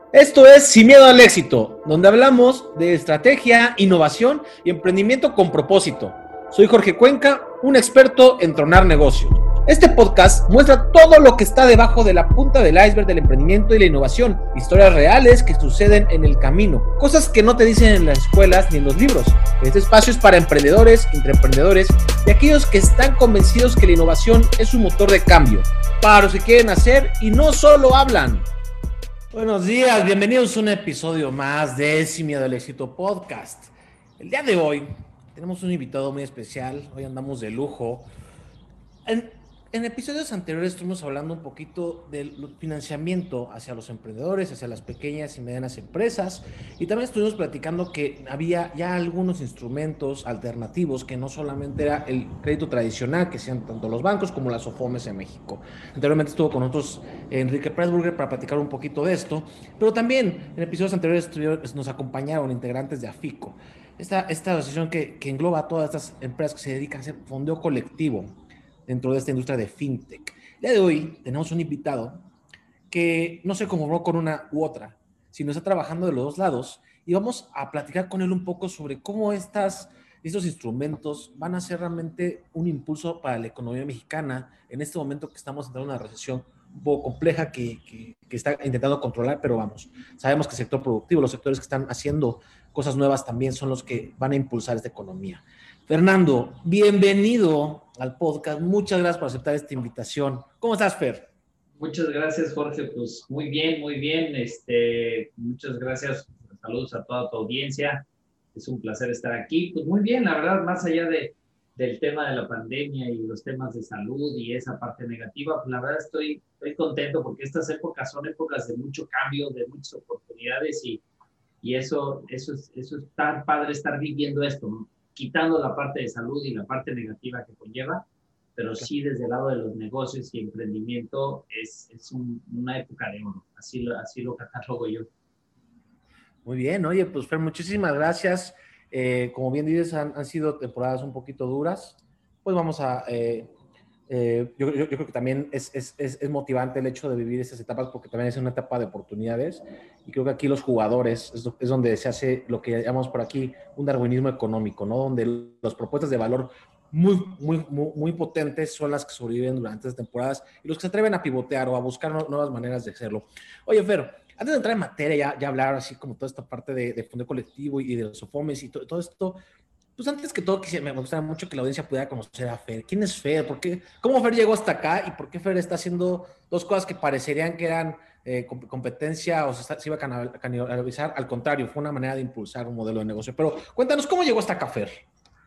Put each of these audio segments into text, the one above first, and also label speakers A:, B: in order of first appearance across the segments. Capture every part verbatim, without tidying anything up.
A: Esto es Sin Miedo al Éxito, donde hablamos de estrategia, innovación y emprendimiento con propósito. Soy Jorge Cuenca, un experto en tronar negocios. Este podcast muestra todo lo que está debajo de la punta del iceberg del emprendimiento y la innovación, historias reales que suceden en el camino, cosas que no te dicen en las escuelas ni en los libros. Este espacio es para emprendedores, intraemprendedores y aquellos que están convencidos que la innovación es un motor de cambio, para los que quieren hacer y no solo hablan. Buenos días, bienvenidos a un episodio más de Sin Miedo al Éxito Podcast. El día de hoy tenemos un invitado muy especial, hoy andamos de lujo. En, en episodios anteriores estuvimos hablando un poquito del financiamiento hacia los emprendedores, hacia las pequeñas y medianas empresas, y también estuvimos platicando que había ya algunos instrumentos alternativos que no solamente era el crédito tradicional que sean tanto los bancos como las SOFOMES en México. Anteriormente estuvo con nosotros Enrique Pressburger para platicar un poquito de esto, pero también en episodios anteriores nos acompañaron integrantes de AFICO, esta, esta asociación que, que engloba a todas estas empresas que se dedican a hacer fondeo colectivo dentro de esta industria de fintech. El día de hoy tenemos un invitado que no se conformó con una u otra, sino está trabajando de los dos lados, y vamos a platicar con él un poco sobre cómo estas, estos instrumentos van a ser realmente un impulso para la economía mexicana en este momento que estamos entrando en una recesión un poco compleja que, que, que está intentando controlar, pero vamos, sabemos que el sector productivo, los sectores que están haciendo cosas nuevas también son los que van a impulsar esta economía. Fernando, bienvenido al podcast. Muchas gracias por aceptar esta invitación. ¿Cómo estás, Fer?
B: Muchas gracias, Jorge. Pues muy bien, muy bien. Este, muchas gracias. Saludos a toda tu audiencia. Es un placer estar aquí. Pues muy bien, la verdad, más allá de, del tema de la pandemia y los temas de salud y esa parte negativa, pues la verdad estoy, estoy contento porque estas épocas son épocas de mucho cambio, de muchas oportunidades y, y eso, eso, es, eso es tan padre estar viviendo esto, ¿no? Quitando la parte de salud y la parte negativa que conlleva, pero sí desde el lado de los negocios y emprendimiento es, es un, una época de oro, así lo, así lo catalogo yo.
A: Muy bien, oye, pues Fer, muchísimas gracias. Eh, como bien dices, han, han sido temporadas un poquito duras, pues vamos a... Eh, eh, yo, yo, yo creo que también es, es, es, es motivante el hecho de vivir estas etapas porque también es una etapa de oportunidades, y creo que aquí los jugadores es, es donde se hace lo que llamamos por aquí un darwinismo económico, ¿no? Donde las propuestas de valor muy, muy, muy, muy potentes son las que sobreviven durante estas temporadas y los que se atreven a pivotear o a buscar nuevas maneras de hacerlo. Oye, Fer, antes de entrar en materia, ya, ya hablar así como toda esta parte de, de fondo colectivo y de los SOFOMES y to, todo esto, pues antes que todo, me gustaría mucho que la audiencia pudiera conocer a Fer. ¿Quién es Fer? ¿Por qué? ¿Cómo Fer llegó hasta acá? ¿Y por qué Fer está haciendo dos cosas que parecerían que eran eh, competencia o se, se iba a canibalizar? Al contrario, fue una manera de impulsar un modelo de negocio. Pero cuéntanos, ¿cómo llegó hasta acá, Fer?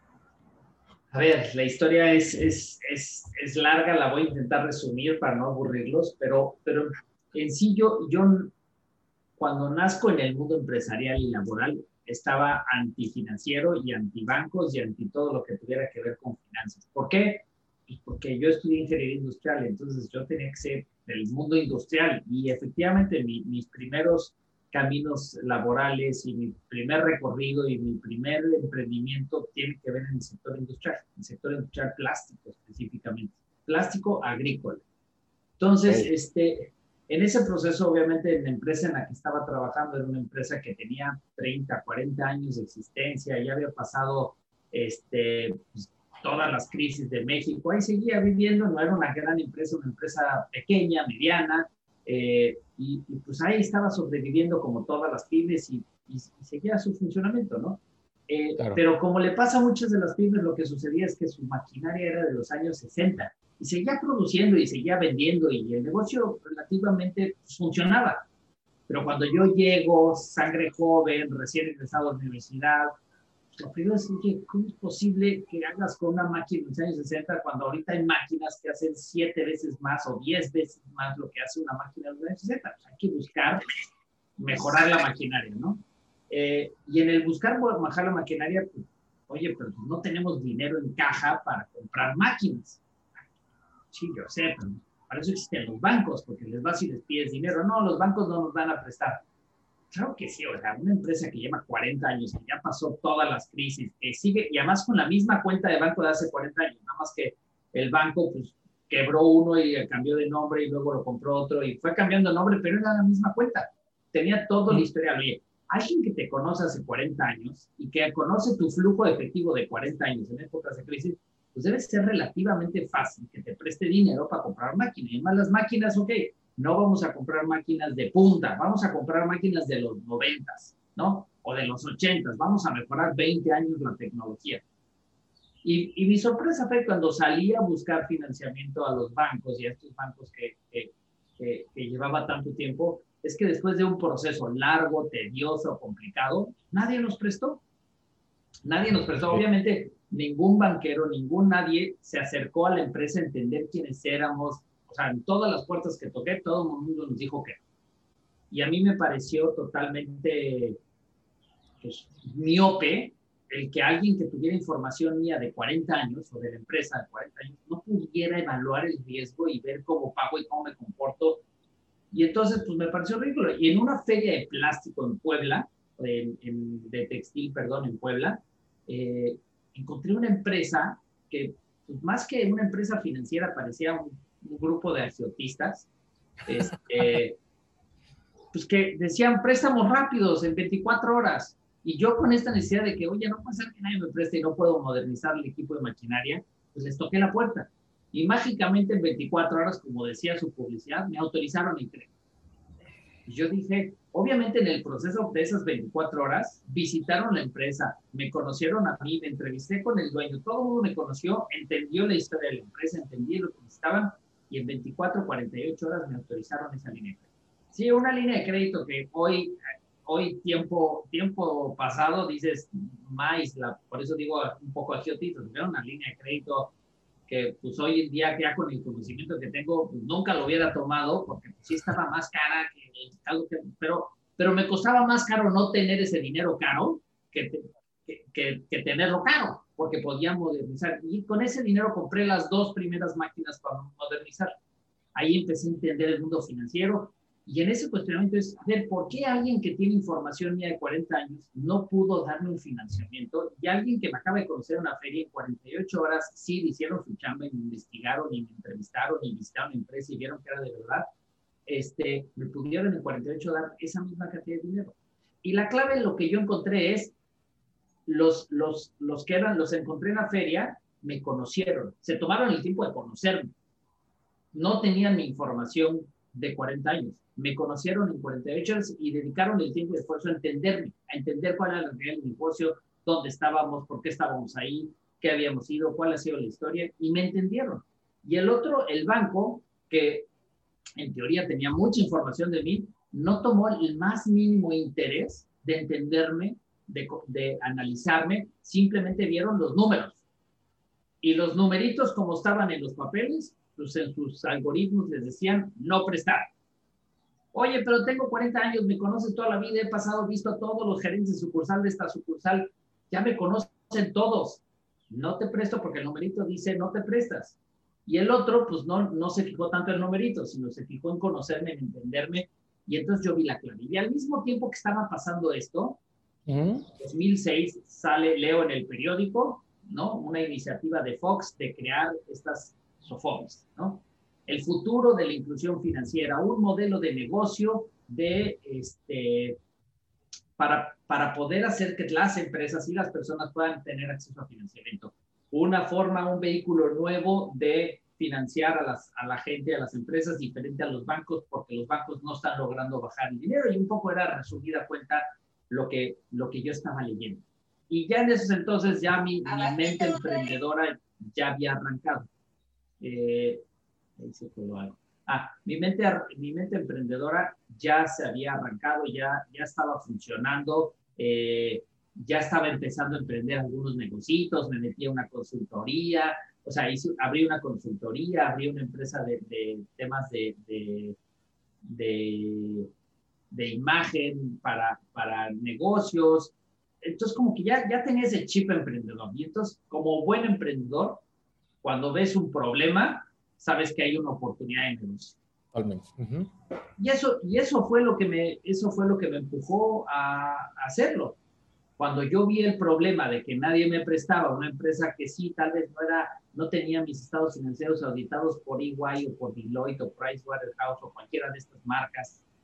B: A ver, la historia es, es, es, es larga, la voy a intentar resumir para no aburrirlos, pero, pero en sí yo, yo cuando nazco en el mundo empresarial y laboral, estaba antifinanciero y antibancos y anti todo lo que tuviera que ver con finanzas. ¿Por qué? Pues porque yo estudié ingeniería industrial, entonces yo tenía que ser del mundo industrial y efectivamente mi, mis primeros caminos laborales y mi primer recorrido y mi primer emprendimiento tiene que ver en el sector industrial, en el sector industrial plástico específicamente, plástico agrícola. Entonces, okay. este, en ese proceso, obviamente, la empresa en la que estaba trabajando era una empresa que tenía treinta, cuarenta años de existencia, ya había pasado este, pues, todas las crisis de México, ahí seguía viviendo, no era una gran empresa, una empresa pequeña, mediana, eh, y, y pues ahí estaba sobreviviendo como todas las pymes y, y, y seguía su funcionamiento, ¿no? Eh, claro. Pero como le pasa a muchas de las pymes, lo que sucedía es que su maquinaria era de los años sesenta, y seguía produciendo y seguía vendiendo y el negocio relativamente funcionaba. Pero cuando yo llego, sangre joven, recién egresado a la universidad, lo primero es que ¿cómo es posible que hagas con una máquina en los años sesenta cuando ahorita hay máquinas que hacen siete veces más o diez veces más lo que hace una máquina en los años sesenta? Pues hay que buscar mejorar la maquinaria, ¿no? Eh, y en el buscar mejorar la maquinaria, pues, oye, pero no tenemos dinero en caja para comprar máquinas. Sí, yo sé, pero para eso existen los bancos, porque les vas y les pides dinero. No, los bancos no nos van a prestar. Claro que sí, o sea, una empresa que lleva cuarenta años, que ya pasó todas las crisis, que sigue, y además con la misma cuenta de banco de hace cuarenta años, nada más que el banco, pues, quebró uno y cambió de nombre y luego lo compró otro y fue cambiando de nombre, pero era la misma cuenta. tenía todo el historial. Oye, alguien que te conoce hace cuarenta años y que conoce tu flujo de efectivo de cuarenta años en épocas de crisis, pues debe ser relativamente fácil que te preste dinero para comprar máquinas. Y además las máquinas, ok, no vamos a comprar máquinas de punta, vamos a comprar máquinas de los noventas, ¿no? O de los ochentas, vamos a mejorar veinte años la tecnología. Y, y mi sorpresa fue cuando salí a buscar financiamiento a los bancos y a estos bancos que, que, que, que llevaba tanto tiempo, es que después de un proceso largo, tedioso, complicado, nadie nos prestó. Nadie nos prestó. Obviamente, ningún banquero, ningún nadie se acercó a la empresa a entender quiénes éramos. O sea, en todas las puertas que toqué, todo el mundo nos dijo que no. Y a mí me pareció totalmente pues, miope el que alguien que tuviera información mía de cuarenta años o de la empresa de cuarenta años no pudiera evaluar el riesgo y ver cómo pago y cómo me comporto. Y entonces, pues me pareció ridículo. Y en una feria de plástico en Puebla, en, en, de textil, perdón, en Puebla, eh, encontré una empresa que, pues, más que una empresa financiera, parecía un, un grupo de agiotistas, este, pues que decían préstamos rápidos en veinticuatro horas. Y yo con esta necesidad de que, oye, no puede ser que nadie me preste y no puedo modernizar el equipo de maquinaria, pues les toqué la puerta. Y mágicamente en veinticuatro horas, como decía su publicidad, me autorizaron el crédito. Y yo dije, obviamente en el proceso de esas veinticuatro horas, visitaron la empresa, me conocieron a mí, me entrevisté con el dueño, todo el mundo me conoció, entendió la historia de la empresa, entendí lo que necesitaban, y en veinticuatro, cuarenta y ocho horas me autorizaron esa línea de crédito. Sí, una línea de crédito que hoy, hoy tiempo, tiempo pasado, dices, más, la, por eso digo un poco agiotito, era una línea de crédito que pues hoy en día ya con el conocimiento que tengo, pues, nunca lo hubiera tomado, porque pues, sí estaba más cara, que, algo que, pero, pero me costaba más caro no tener ese dinero caro que, que, que, que tenerlo caro, porque podía modernizar. Y con ese dinero compré las dos primeras máquinas para modernizar. Ahí empecé a entender el mundo financiero. Y en ese cuestionamiento es, a ver, ¿por qué alguien que tiene información mía de cuarenta años no pudo darme un financiamiento? Y alguien que me acaba de conocer en una feria en cuarenta y ocho horas, sí, le hicieron su chamba, y me investigaron, y me entrevistaron, y visitaron la empresa, y vieron que era de verdad, este, me pudieron en cuarenta y ocho dar esa misma cantidad de dinero. Y la clave en lo que yo encontré es, los, los, los que eran, los encontré en la feria, me conocieron, se tomaron el tiempo de conocerme. No tenían mi información de cuarenta años. Me conocieron en cuarenta y ocho horas y dedicaron el tiempo y esfuerzo a entenderme, a entender cuál era el real negocio, dónde estábamos, por qué estábamos ahí, qué habíamos ido, cuál ha sido la historia, y me entendieron. Y el otro, el banco, que en teoría tenía mucha información de mí, no tomó el más mínimo interés de entenderme, de, de analizarme, simplemente vieron los números. Y los numeritos, como estaban en los papeles, pues en sus algoritmos les decían no prestar. Oye, pero tengo cuarenta años, me conoces toda la vida, he pasado, visto a todos los gerentes de sucursal de esta sucursal, ya me conocen todos. No te presto porque el numerito dice no te prestas. Y el otro, pues no, no se fijó tanto en el numerito, sino se fijó en conocerme, en entenderme, y entonces yo vi la clave. Y al mismo tiempo que estaba pasando esto, en uh-huh. dos mil seis sale, leo en el periódico, ¿no? Una iniciativa de Fox de crear estas SOFOMIS, ¿no? El futuro de la inclusión financiera, un modelo de negocio de, este, para, para poder hacer que las empresas y las personas puedan tener acceso a financiamiento. Una forma, un vehículo nuevo de financiar a, las, a la gente, a las empresas, diferente a los bancos, porque los bancos no están logrando bajar el dinero, y un poco era resumida cuenta lo que, lo que yo estaba leyendo. Y ya en esos entonces ya mi, mi mente emprendedora ya había arrancado. Eh, ahí se fue algo. Ah, mi mente, mi mente emprendedora ya se había arrancado, ya, ya estaba funcionando, eh, ya estaba empezando a emprender algunos negocios, me metí a una consultoría, o sea, hice, abrí una consultoría, abrí una empresa de, de temas de, de, de, de imagen para, para negocios. Entonces, como que ya, ya tenía ese chip emprendedor. Y entonces, como buen emprendedor, cuando ves un problema, sabes que hay una oportunidad de negocio.
A: Totalmente. Uh-huh.
B: Y eso, y eso fue lo que me, eso fue lo que me empujó a, a hacerlo. Cuando yo vi el problema de que nadie me prestaba, una empresa que sí, tal vez no era, no tenía mis estados financieros auditados por E Y o por Deloitte o Pricewaterhouse o cualquiera de estas marcas,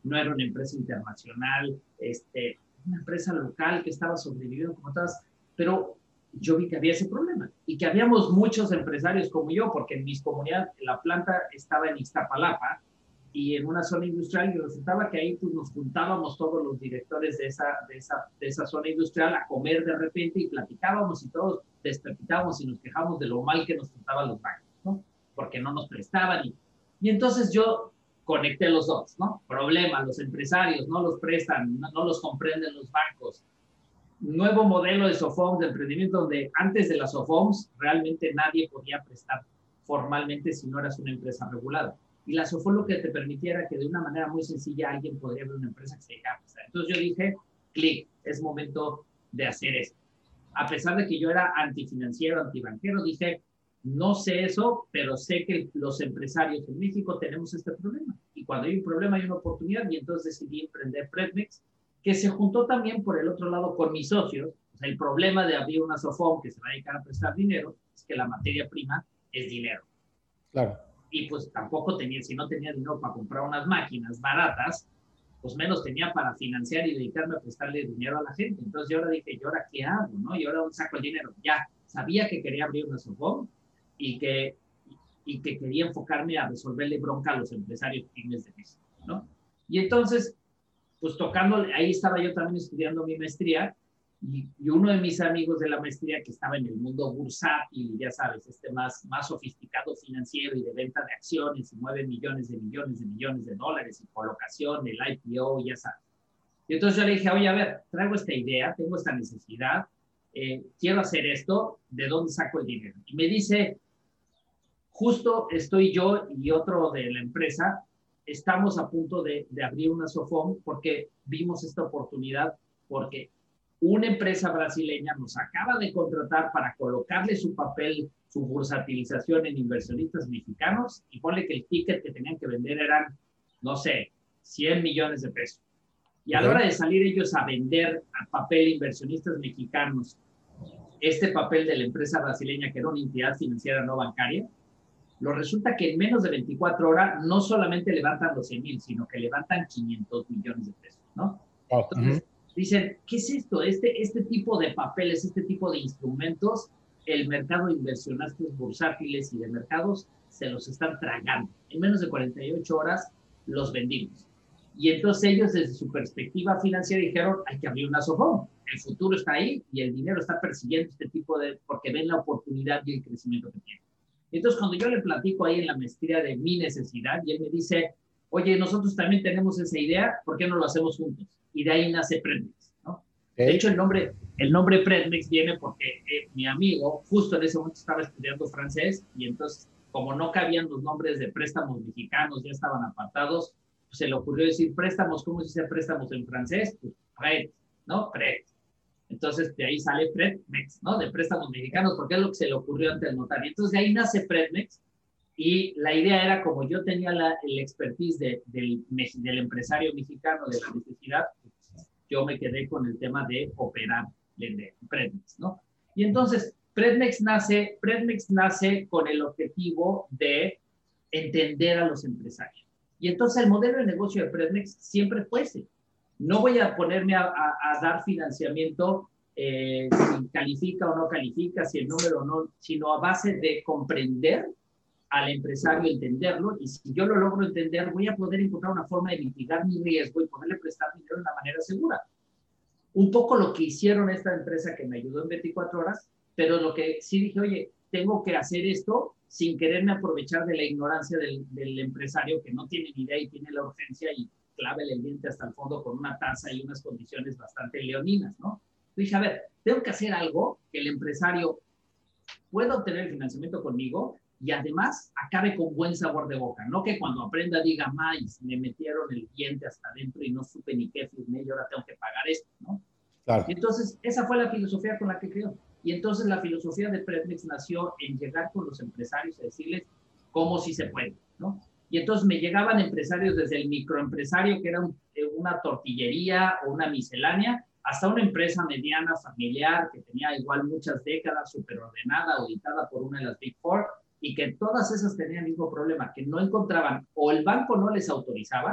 B: no era una empresa internacional, este, una empresa local que estaba sobreviviendo como todas, pero yo vi que había ese problema y que habíamos muchos empresarios como yo, porque en mis comunidades, la planta estaba en Iztapalapa y en una zona industrial, y resultaba que ahí pues, nos juntábamos todos los directores de esa, de, esa, de esa zona industrial a comer de repente y platicábamos y todos despertábamos y nos quejábamos de lo mal que nos trataban los bancos, ¿no? Porque no nos prestaban. Y, y entonces yo conecté los dos, ¿no? Problema, los empresarios no los prestan, no, no los comprenden los bancos. Nuevo modelo de SOFOMS, de emprendimiento, donde antes de las SOFOMS realmente nadie podía prestar formalmente si no eras una empresa regulada. Y la SOFOM lo que te permitía era que de una manera muy sencilla alguien podría abrir una empresa que se dejara prestar. Entonces yo dije, clic, es momento de hacer esto. A pesar de que yo era antifinanciero, antibanquero, dije, no sé eso, pero sé que los empresarios en México tenemos este problema. Y cuando hay un problema hay una oportunidad, y entonces decidí emprender Predmex, que se juntó también por el otro lado con mis socios. O sea, el problema de abrir una SOFOM que se va a dedicar a prestar dinero es que la materia prima es dinero.
A: Claro.
B: Y pues tampoco tenía, si no tenía dinero para comprar unas máquinas baratas, pues menos tenía para financiar y dedicarme a prestarle dinero a la gente. Entonces yo ahora dije, ¿y ahora qué hago? ¿No? ¿Y ahora dónde saco el dinero? Ya, sabía que quería abrir una SOFOM y que, y que quería enfocarme a resolverle bronca a los empresarios pymes de México, ¿no? Y entonces, pues tocando, ahí estaba yo también estudiando mi maestría, y, y uno de mis amigos de la maestría que estaba en el mundo bursátil, ya sabes, este más, más sofisticado financiero y de venta de acciones, y mueve millones de millones de millones de dólares, y colocación, el I P O, ya sabes. Y entonces yo le dije, oye, a ver, traigo esta idea, tengo esta necesidad, eh, quiero hacer esto, ¿de dónde saco el dinero? Y me dice, justo estoy yo y otro de la empresa, estamos a punto de, de abrir una SOFOM porque vimos esta oportunidad, porque una empresa brasileña nos acaba de contratar para colocarle su papel, su bursatilización en inversionistas mexicanos, y ponle que el ticket que tenían que vender eran, no sé, cien millones de pesos. Y a la hora de salir ellos a vender a papel inversionistas mexicanos este papel de la empresa brasileña, que era una entidad financiera no bancaria, lo resulta que en menos de veinticuatro horas no solamente levantan los cien mil, sino que levantan quinientos millones de pesos, ¿no?
A: Oh,
B: Entonces,
A: uh-huh.
B: dicen, ¿qué es esto? Este, este tipo de papeles, este tipo de instrumentos, el mercado de inversionistas bursátiles y de mercados se los están tragando. En menos de cuarenta y ocho horas los vendimos. Y entonces ellos, desde su perspectiva financiera, dijeron, hay que abrir una SOFOM. El futuro está ahí y el dinero está persiguiendo este tipo de, porque ven la oportunidad y el crecimiento que tiene. Entonces, cuando yo le platico ahí en la maestría de mi necesidad, y él me dice, oye, nosotros también tenemos esa idea, ¿por qué no lo hacemos juntos? Y de ahí nace Predmex, ¿no? Okay. De hecho, el nombre, el nombre Predmex viene porque eh, mi amigo justo en ese momento estaba estudiando francés, y entonces, como no cabían los nombres de préstamos mexicanos, ya estaban apartados, pues se le ocurrió decir préstamos. ¿Cómo se dice préstamos en francés? Pues Pred, ¿no? Pred. Entonces, de ahí sale Predmex, ¿no? De préstamos mexicanos, porque es lo que se le ocurrió ante el notario. Entonces, de ahí nace Predmex, y la idea era, como yo tenía la, el expertise de, del, del empresario mexicano, de la necesidad, yo me quedé con el tema de operar de Predmex, ¿no? Y entonces, Predmex nace, Predmex nace con el objetivo de entender a los empresarios. Y entonces, el modelo de negocio de Predmex siempre fue ese. No voy a ponerme a, a, a dar financiamiento eh, si califica o no califica, si el número o no, sino a base de comprender al empresario, entenderlo, y si yo lo logro entender, voy a poder encontrar una forma de mitigar mi riesgo y poderle prestar dinero de una manera segura. Un poco lo que hicieron esta empresa que me ayudó en veinticuatro horas, pero lo que sí dije, oye, tengo que hacer esto sin quererme aprovechar de la ignorancia del, del empresario que no tiene ni idea y tiene la urgencia y clávele el diente hasta el fondo con una tasa y unas condiciones bastante leoninas, ¿no? Dije, a ver, tengo que hacer algo que el empresario pueda obtener el financiamiento conmigo y además acabe con buen sabor de boca, no que cuando aprenda diga, más me metieron el diente hasta adentro y no supe ni qué firmé y ahora tengo que pagar esto, ¿no? Claro. Y entonces, esa fue la filosofía con la que creó. Y entonces la filosofía de Predmex nació en llegar con los empresarios a decirles cómo sí se puede, ¿no? Y entonces me llegaban empresarios desde el microempresario, que era un, una tortillería o una miscelánea, hasta una empresa mediana, familiar, que tenía igual muchas décadas, súper ordenada, auditada por una de las Big Four, y que todas esas tenían el mismo problema, que no encontraban, o el banco no les autorizaba,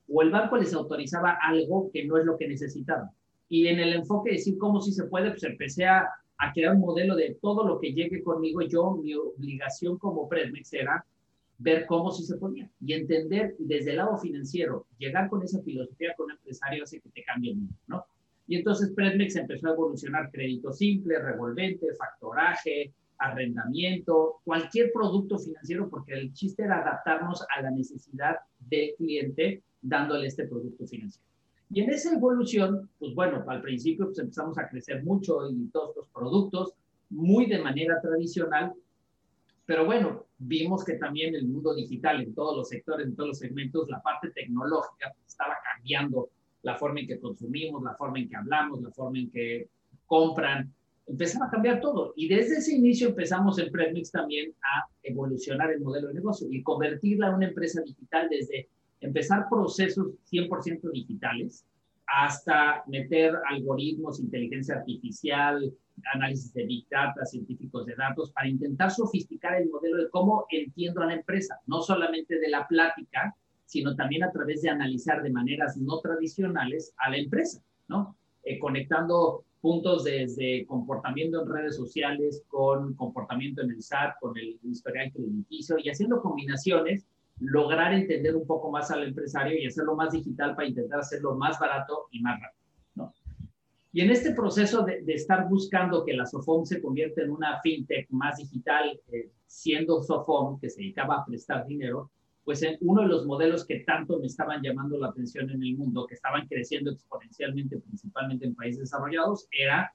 B: o el banco les autorizaba algo que no es lo que necesitaban. Y en el enfoque de decir cómo sí se puede, pues empecé a, a crear un modelo de todo lo que llegue conmigo. Yo, mi obligación como Predmex era ver cómo sí se podía y entender desde el lado financiero, llegar con esa filosofía con un empresario hace que te cambie el mundo, ¿no? Y entonces Predmex empezó a evolucionar crédito simple, revolvente, factoraje, arrendamiento, cualquier producto financiero, porque el chiste era adaptarnos a la necesidad del cliente dándole este producto financiero. Y en esa evolución, pues bueno, al principio pues empezamos a crecer mucho y todos los productos, muy de manera tradicional, pero bueno, vimos que también el mundo digital en todos los sectores, en todos los segmentos, la parte tecnológica estaba cambiando la forma en que consumimos, la forma en que hablamos, la forma en que compran, empezaba a cambiar todo. Y desde ese inicio empezamos en Predmex también a evolucionar el modelo de negocio y convertirla en una empresa digital desde empezar procesos cien por ciento digitales hasta meter algoritmos, inteligencia artificial, análisis de Big Data, científicos de datos, para intentar sofisticar el modelo de cómo entiendo a la empresa, no solamente de la plática, sino también a través de analizar de maneras no tradicionales a la empresa, ¿no? Eh, conectando puntos desde comportamiento en redes sociales con comportamiento en el S A T, con el historial crediticio y haciendo combinaciones, lograr entender un poco más al empresario y hacerlo más digital para intentar hacerlo más barato y más rápido, ¿no? Y en este proceso de, de estar buscando que la Sofom se convierta en una fintech más digital, eh, siendo Sofom, que se dedicaba a prestar dinero, pues en uno de los modelos que tanto me estaban llamando la atención en el mundo, que estaban creciendo exponencialmente, principalmente en países desarrollados, era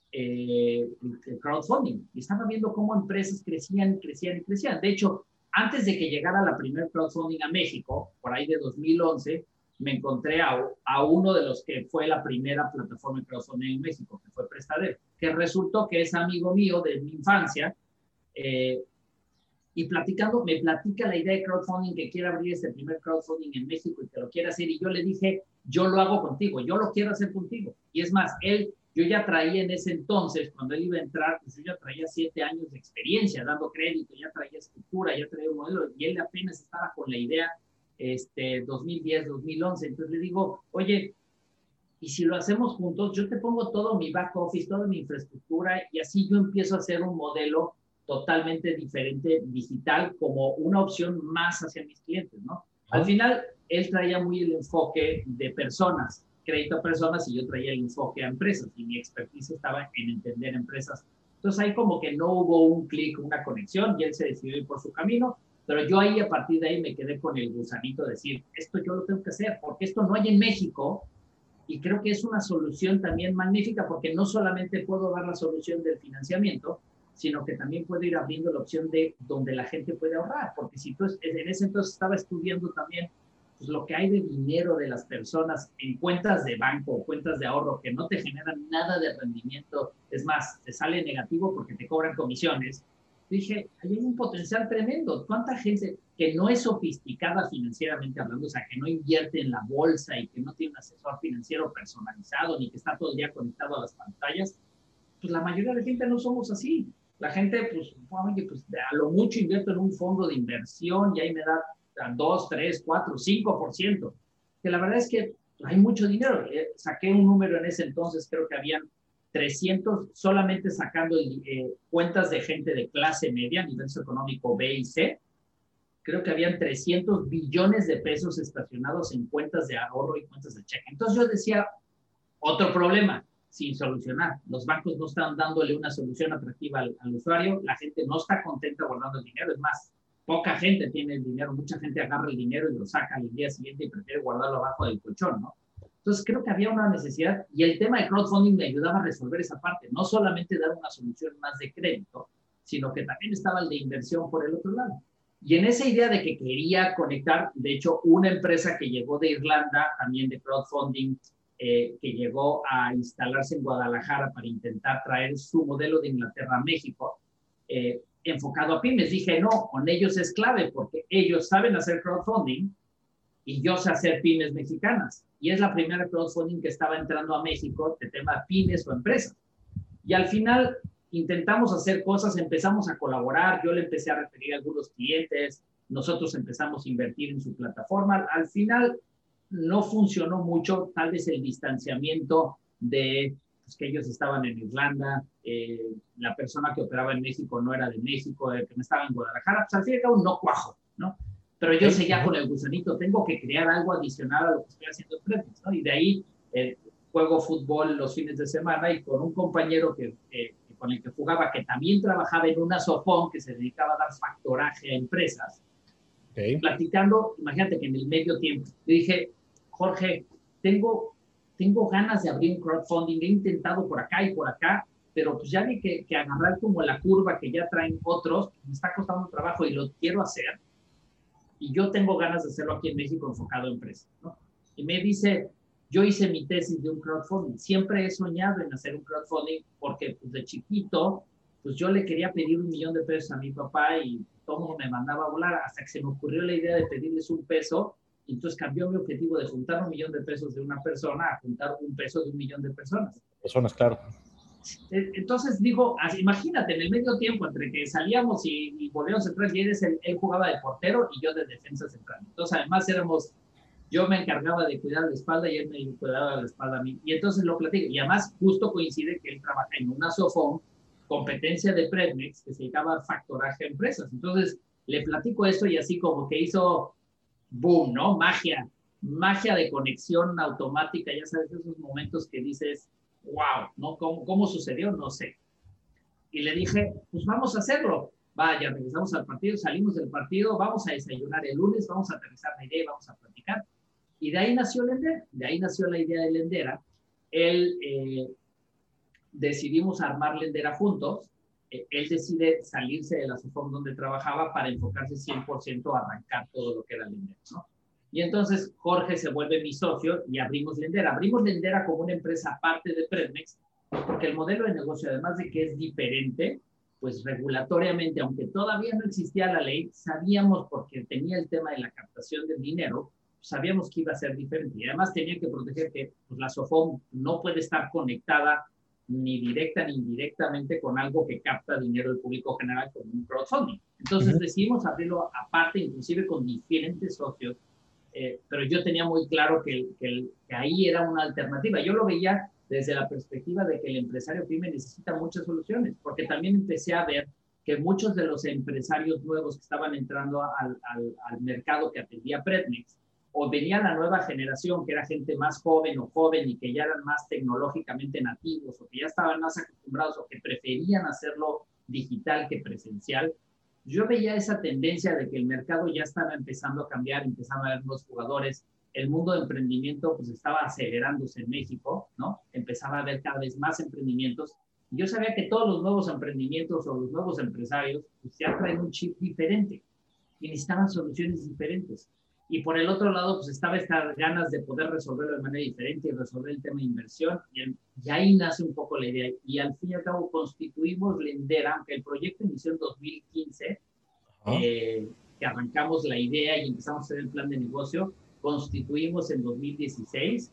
B: eh, el crowdfunding. Y estaba viendo cómo empresas crecían, crecían y crecían. De hecho, antes de que llegara la primer crowdfunding a México, por ahí de dos mil once, me encontré a, a uno de los que fue la primera plataforma de crowdfunding en México, que fue Prestadero, que resultó que es amigo mío de mi infancia, eh, y platicando, me platica la idea de crowdfunding, que quiere abrir este primer crowdfunding en México y que lo quiere hacer, y yo le dije, yo lo hago contigo, yo lo quiero hacer contigo. Y es más, él, yo ya traía en ese entonces, cuando él iba a entrar, pues yo ya traía siete años de experiencia dando crédito, ya traía estructura, ya traía un modelo, y él apenas estaba con la idea, este, dos mil diez, dos mil once. Entonces le digo, oye, y si lo hacemos juntos, yo te pongo todo mi back office, toda mi infraestructura, y así yo empiezo a hacer un modelo totalmente diferente, digital, como una opción más hacia mis clientes, ¿no? ¿Ah? Al final, él traía muy el enfoque de personas, crédito a personas, y yo traía el enfoque a empresas, y mi expertise estaba en entender empresas. Entonces ahí como que no hubo un clic, una conexión, y él se decidió ir por su camino, pero yo ahí, a partir de ahí, me quedé con el gusanito de decir, esto yo lo tengo que hacer, porque esto no hay en México, y creo que es una solución también magnífica, porque no solamente puedo dar la solución del financiamiento, sino que también puedo ir abriendo la opción de donde la gente puede ahorrar, porque si tú en ese entonces estaba estudiando también pues, lo que hay de dinero de las personas en cuentas de banco o cuentas de ahorro que no te generan nada de rendimiento, es más, te sale negativo porque te cobran comisiones. Dije, ahí hay un potencial tremendo. ¿Cuánta gente que no es sofisticada financieramente hablando, o sea, que no invierte en la bolsa y que no tiene un asesor financiero personalizado ni que está todo el día conectado a las pantallas? Pues la mayoría de la gente no somos así. La gente, pues, oye, pues a lo mucho invierto en un fondo de inversión y ahí me da dos, tres, cuatro, cinco por ciento. Que la verdad es que hay mucho dinero. Eh, saqué un número en ese entonces, creo que habían trescientos, solamente sacando eh, cuentas de gente de clase media, nivel socioeconómico B y C, creo que habían trescientos billones de pesos estacionados en cuentas de ahorro y cuentas de cheque. Entonces yo decía, otro problema sin solucionar. Los bancos no están dándole una solución atractiva al, al usuario, la gente no está contenta guardando el dinero, es más, poca gente tiene el dinero, mucha gente agarra el dinero y lo saca al día siguiente y prefiere guardarlo abajo del colchón, ¿no? Entonces creo que había una necesidad y el tema de crowdfunding me ayudaba a resolver esa parte, no solamente dar una solución más de crédito, sino que también estaba el de inversión por el otro lado. Y en esa idea de que quería conectar, de hecho, una empresa que llegó de Irlanda, también de crowdfunding, eh, que llegó a instalarse en Guadalajara para intentar traer su modelo de Inglaterra a México, eh, enfocado a pymes. Dije, no, con ellos es clave porque ellos saben hacer crowdfunding y yo sé hacer pymes mexicanas. Y es la primera crowdfunding que estaba entrando a México de tema pymes o empresas. Y al final intentamos hacer cosas, empezamos a colaborar, yo le empecé a referir a algunos clientes, nosotros empezamos a invertir en su plataforma. Al final no funcionó mucho, tal vez el distanciamiento de pues, que ellos estaban en Irlanda, eh, la persona que operaba en México no era de México, el que me estaba en Guadalajara, pues al fin y al cabo no cuajo, ¿no? Pero yo
A: Sí.
B: seguía con el gusanito, tengo que crear algo adicional a lo que estoy haciendo en Predmex, ¿no? Y de ahí eh, juego fútbol los fines de semana y con un compañero que, eh, con el que jugaba, que también trabajaba en una Sofón que se dedicaba a dar factoraje a empresas,
A: Okay.
B: platicando, imagínate que en el medio tiempo, le dije, Jorge, tengo, tengo ganas de abrir un crowdfunding, he intentado por acá y por acá, pero pues ya vi que, que agarrar como la curva que ya traen otros, me está costando trabajo y lo quiero hacer, y yo tengo ganas de hacerlo aquí en México enfocado en empresas, ¿no? Y me dice, yo hice mi tesis de un crowdfunding, siempre he soñado en hacer un crowdfunding porque pues, de chiquito, pues yo le quería pedir un millón de pesos a mi papá y todo me mandaba a volar hasta que se me ocurrió la idea de pedirles un peso, y entonces cambió mi objetivo de juntar un millón de pesos de una persona a juntar un peso de un millón de personas.
A: Personas, claro.
B: Entonces digo, así, imagínate, en el medio tiempo entre que salíamos y, y volvíamos a entrar, y él, el, él jugaba de portero y yo de defensa central. Entonces además éramos, yo me encargaba de cuidar la espalda y él me cuidaba la espalda a mí. Y entonces lo platico. Y además justo coincide que él trabaja en una Sofón, competencia de Predmex, que se llama factoraje a empresas. Entonces le platico esto y así como que hizo boom, ¿no? Magia, magia de conexión automática, ya sabes, esos momentos que dices, wow, ¿no? ¿Cómo, cómo sucedió? No sé. Y le dije, pues vamos a hacerlo. Vaya, regresamos al partido, salimos del partido, vamos a desayunar el lunes, vamos a aterrizar la idea y vamos a platicar. Y de ahí nació Lendera, de ahí nació la idea de Lendera. Él, eh, decidimos armar Lendera juntos. Eh, él decide salirse de la Sofón donde trabajaba para enfocarse cien por ciento a arrancar todo lo que era Lendera, ¿no? Y entonces Jorge se vuelve mi socio y abrimos Lendera. Abrimos Lendera como una empresa aparte de Predmex, porque el modelo de negocio, además de que es diferente, pues regulatoriamente, aunque todavía no existía la ley, sabíamos, porque tenía el tema de la captación del dinero, sabíamos que iba a ser diferente. Y además tenía que proteger que pues, la Sofón no puede estar conectada ni directa ni indirectamente con algo que capta dinero del público general como un crowdfunding. Entonces uh-huh. decidimos abrirlo aparte, inclusive con diferentes socios, eh, pero yo tenía muy claro que, que, que ahí era una alternativa. Yo lo veía desde la perspectiva de que el empresario pyme necesita muchas soluciones, porque también empecé a ver que muchos de los empresarios nuevos que estaban entrando al, al, al mercado que atendía Predmex, o venía la nueva generación, que era gente más joven o joven y que ya eran más tecnológicamente nativos, o que ya estaban más acostumbrados, o que preferían hacerlo digital que presencial. Yo veía esa tendencia de que el mercado ya estaba empezando a cambiar, empezaban a haber nuevos jugadores, el mundo de emprendimiento pues estaba acelerándose en México, ¿no? Empezaba a haber cada vez más emprendimientos. Y yo sabía que todos los nuevos emprendimientos o los nuevos empresarios pues ya traen un chip diferente y necesitaban soluciones diferentes. Y por el otro lado, pues estaba estas ganas de poder resolverlo de manera diferente y resolver el tema de inversión. Y, el, y ahí nace un poco la idea. Y al fin y al cabo constituimos Lendera, aunque el proyecto inició en dos mil quince, uh-huh. eh, que arrancamos la idea y empezamos a hacer el plan de negocio, constituimos en dos mil dieciséis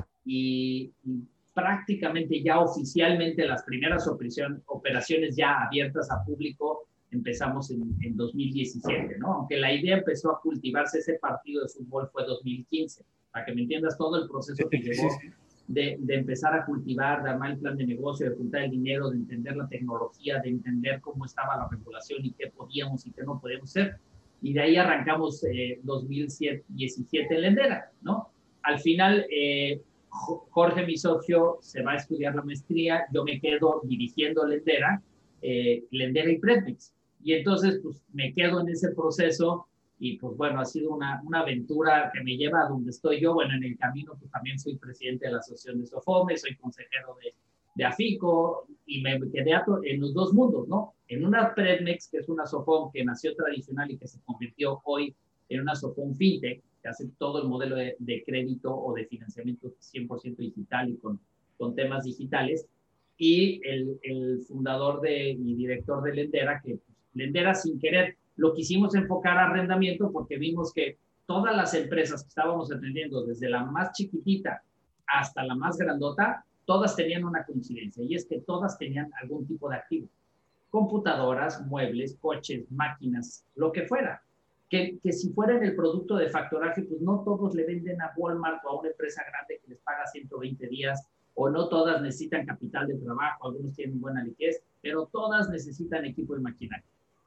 B: y, y prácticamente ya oficialmente las primeras operación, operaciones ya abiertas a público empezamos en, en dos mil diecisiete, ¿no? Aunque la idea empezó a cultivarse, ese partido de fútbol fue dos mil quince, para que me entiendas todo el proceso que llevó de, de empezar a cultivar, de armar el plan de negocio, de juntar el dinero, de entender la tecnología, de entender cómo estaba la regulación y qué podíamos y qué no podíamos hacer. Y de ahí arrancamos eh, dos mil diecisiete en Lendera, ¿no? Al final, eh, Jorge, mi socio, se va a estudiar la maestría, yo me quedo dirigiendo Lendera, eh, Lendera y Predmex. Y entonces, pues, me quedo en ese proceso y, pues, bueno, ha sido una, una aventura que me lleva a donde estoy yo. Bueno, en el camino, pues, también soy presidente de la Asociación de Sofome, soy consejero de, de AFICO y me quedé en los dos mundos, ¿no? En una Predmex, que es una Sofom que nació tradicional y que se convirtió hoy en una Sofom FinTech, que hace todo el modelo de, de crédito o de financiamiento cien por ciento digital y con, con temas digitales. Y el, el fundador de, y director de Lendera, que pues, Lendera sin querer lo quisimos enfocar a arrendamiento porque vimos que todas las empresas que estábamos atendiendo, desde la más chiquitita hasta la más grandota, todas tenían una coincidencia, y es que todas tenían algún tipo de activo. Computadoras, muebles, coches, máquinas, lo que fuera, que, que si fuera en el producto de factoraje, pues no todos le venden a Walmart o a una empresa grande que les paga ciento veinte días, o no todas necesitan capital de trabajo, algunos tienen buena liquidez, pero todas necesitan equipo y maquinaria.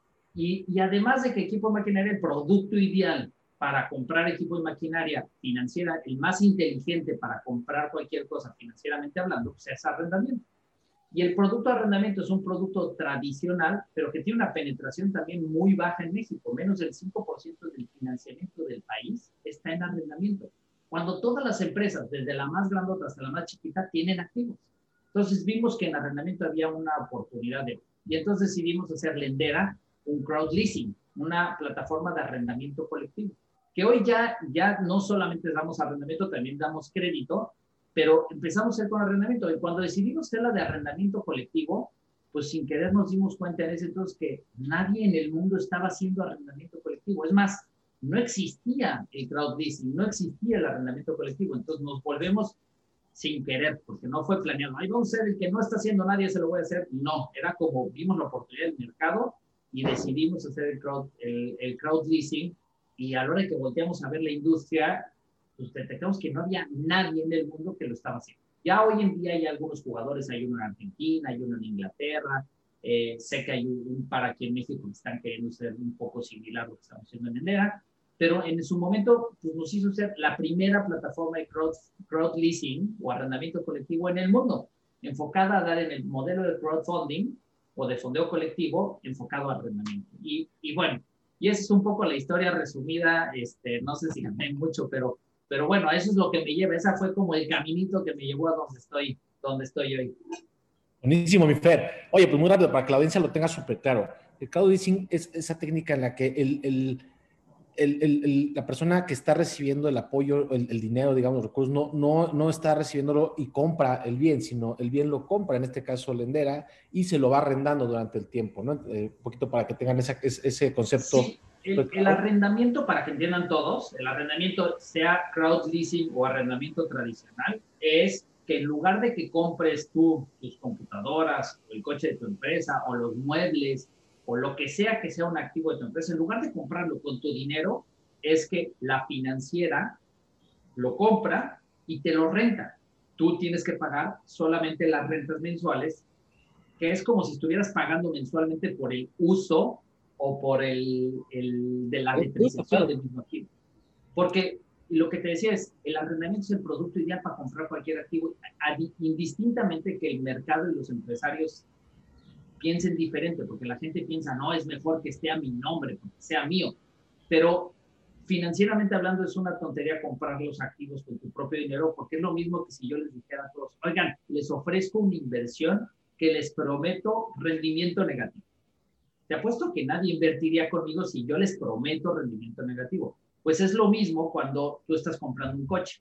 B: Y, y además de que equipo y maquinaria, el producto ideal para comprar equipo y maquinaria financiera, el más inteligente para comprar cualquier cosa financieramente hablando, pues es arrendamiento. Y el producto de arrendamiento es un producto tradicional, pero que tiene una penetración también muy baja en México. Menos del cinco por ciento del financiamiento del país está en arrendamiento. Cuando todas las empresas, desde la más grandota hasta la más chiquita, tienen activos. Entonces vimos que en arrendamiento había una oportunidad de... Y entonces decidimos hacer Lendera, un crowd leasing, una plataforma de arrendamiento colectivo. Que hoy ya, ya no solamente damos arrendamiento, también damos crédito, pero empezamos a hacer con arrendamiento. Y cuando decidimos hacer la de arrendamiento colectivo, pues sin querer nos dimos cuenta en ese entonces que nadie en el mundo estaba haciendo arrendamiento colectivo. Es más, no existía el crowd leasing, no existía el arrendamiento colectivo. Entonces nos volvemos sin querer, porque no fue planeado. Ay, vamos a ser el que no está haciendo nadie, se lo voy a hacer. No, era como vimos la oportunidad del mercado y decidimos hacer el crowd, el, el crowd leasing. Y a la hora de que volteamos a ver la industria, pues detectamos que no había nadie en el mundo que lo estaba haciendo. Ya hoy en día hay algunos jugadores, hay uno en Argentina, hay uno en Inglaterra, eh, sé que hay un, un par aquí en México que están queriendo ser un poco similar a lo que estamos haciendo en Lendera, pero en su momento pues, nos hizo ser la primera plataforma de crowd, crowd leasing o arrendamiento colectivo en el mundo, enfocada a dar en el modelo de crowdfunding o de fondeo colectivo enfocado a arrendamiento. Y, y bueno, y esa es un poco la historia resumida, este, no sé si gané mucho, pero Pero bueno, eso es lo que me lleva, esa fue como el caminito que me llevó a donde estoy, donde estoy hoy.
A: Buenísimo, mi Fer. Oye, pues muy rápido, para que la audiencia lo tenga súper claro. El crowdleasing es esa técnica en la que el, el, el, el, el, la persona que está recibiendo el apoyo, el, el dinero, digamos, los recursos, no, no, no está recibiéndolo y compra el bien, sino el bien lo compra, en este caso Lendera, y se lo va arrendando durante el tiempo, ¿no? Eh, un poquito para que tengan esa, ese concepto.
B: Sí. El, el arrendamiento, para que entiendan todos, el arrendamiento, sea crowd leasing o arrendamiento tradicional, es que en lugar de que compres tú tus computadoras, o el coche de tu empresa, o los muebles, o lo que sea que sea un activo de tu empresa, en lugar de comprarlo con tu dinero, es que la financiera lo compra y te lo renta. Tú tienes que pagar solamente las rentas mensuales, que es como si estuvieras pagando mensualmente por el uso o por el, el de la depreciación del mismo activo. Porque lo que te decía es, el arrendamiento es el producto ideal para comprar cualquier activo, indistintamente que el mercado y los empresarios piensen diferente, porque la gente piensa, no, es mejor que esté a mi nombre, porque sea mío. Pero financieramente hablando es una tontería comprar los activos con tu propio dinero, porque es lo mismo que si yo les dijera a todos, oigan, les ofrezco una inversión que les prometo rendimiento negativo. Te apuesto que nadie invertiría conmigo si yo les prometo rendimiento negativo. Pues es lo mismo cuando tú estás comprando un coche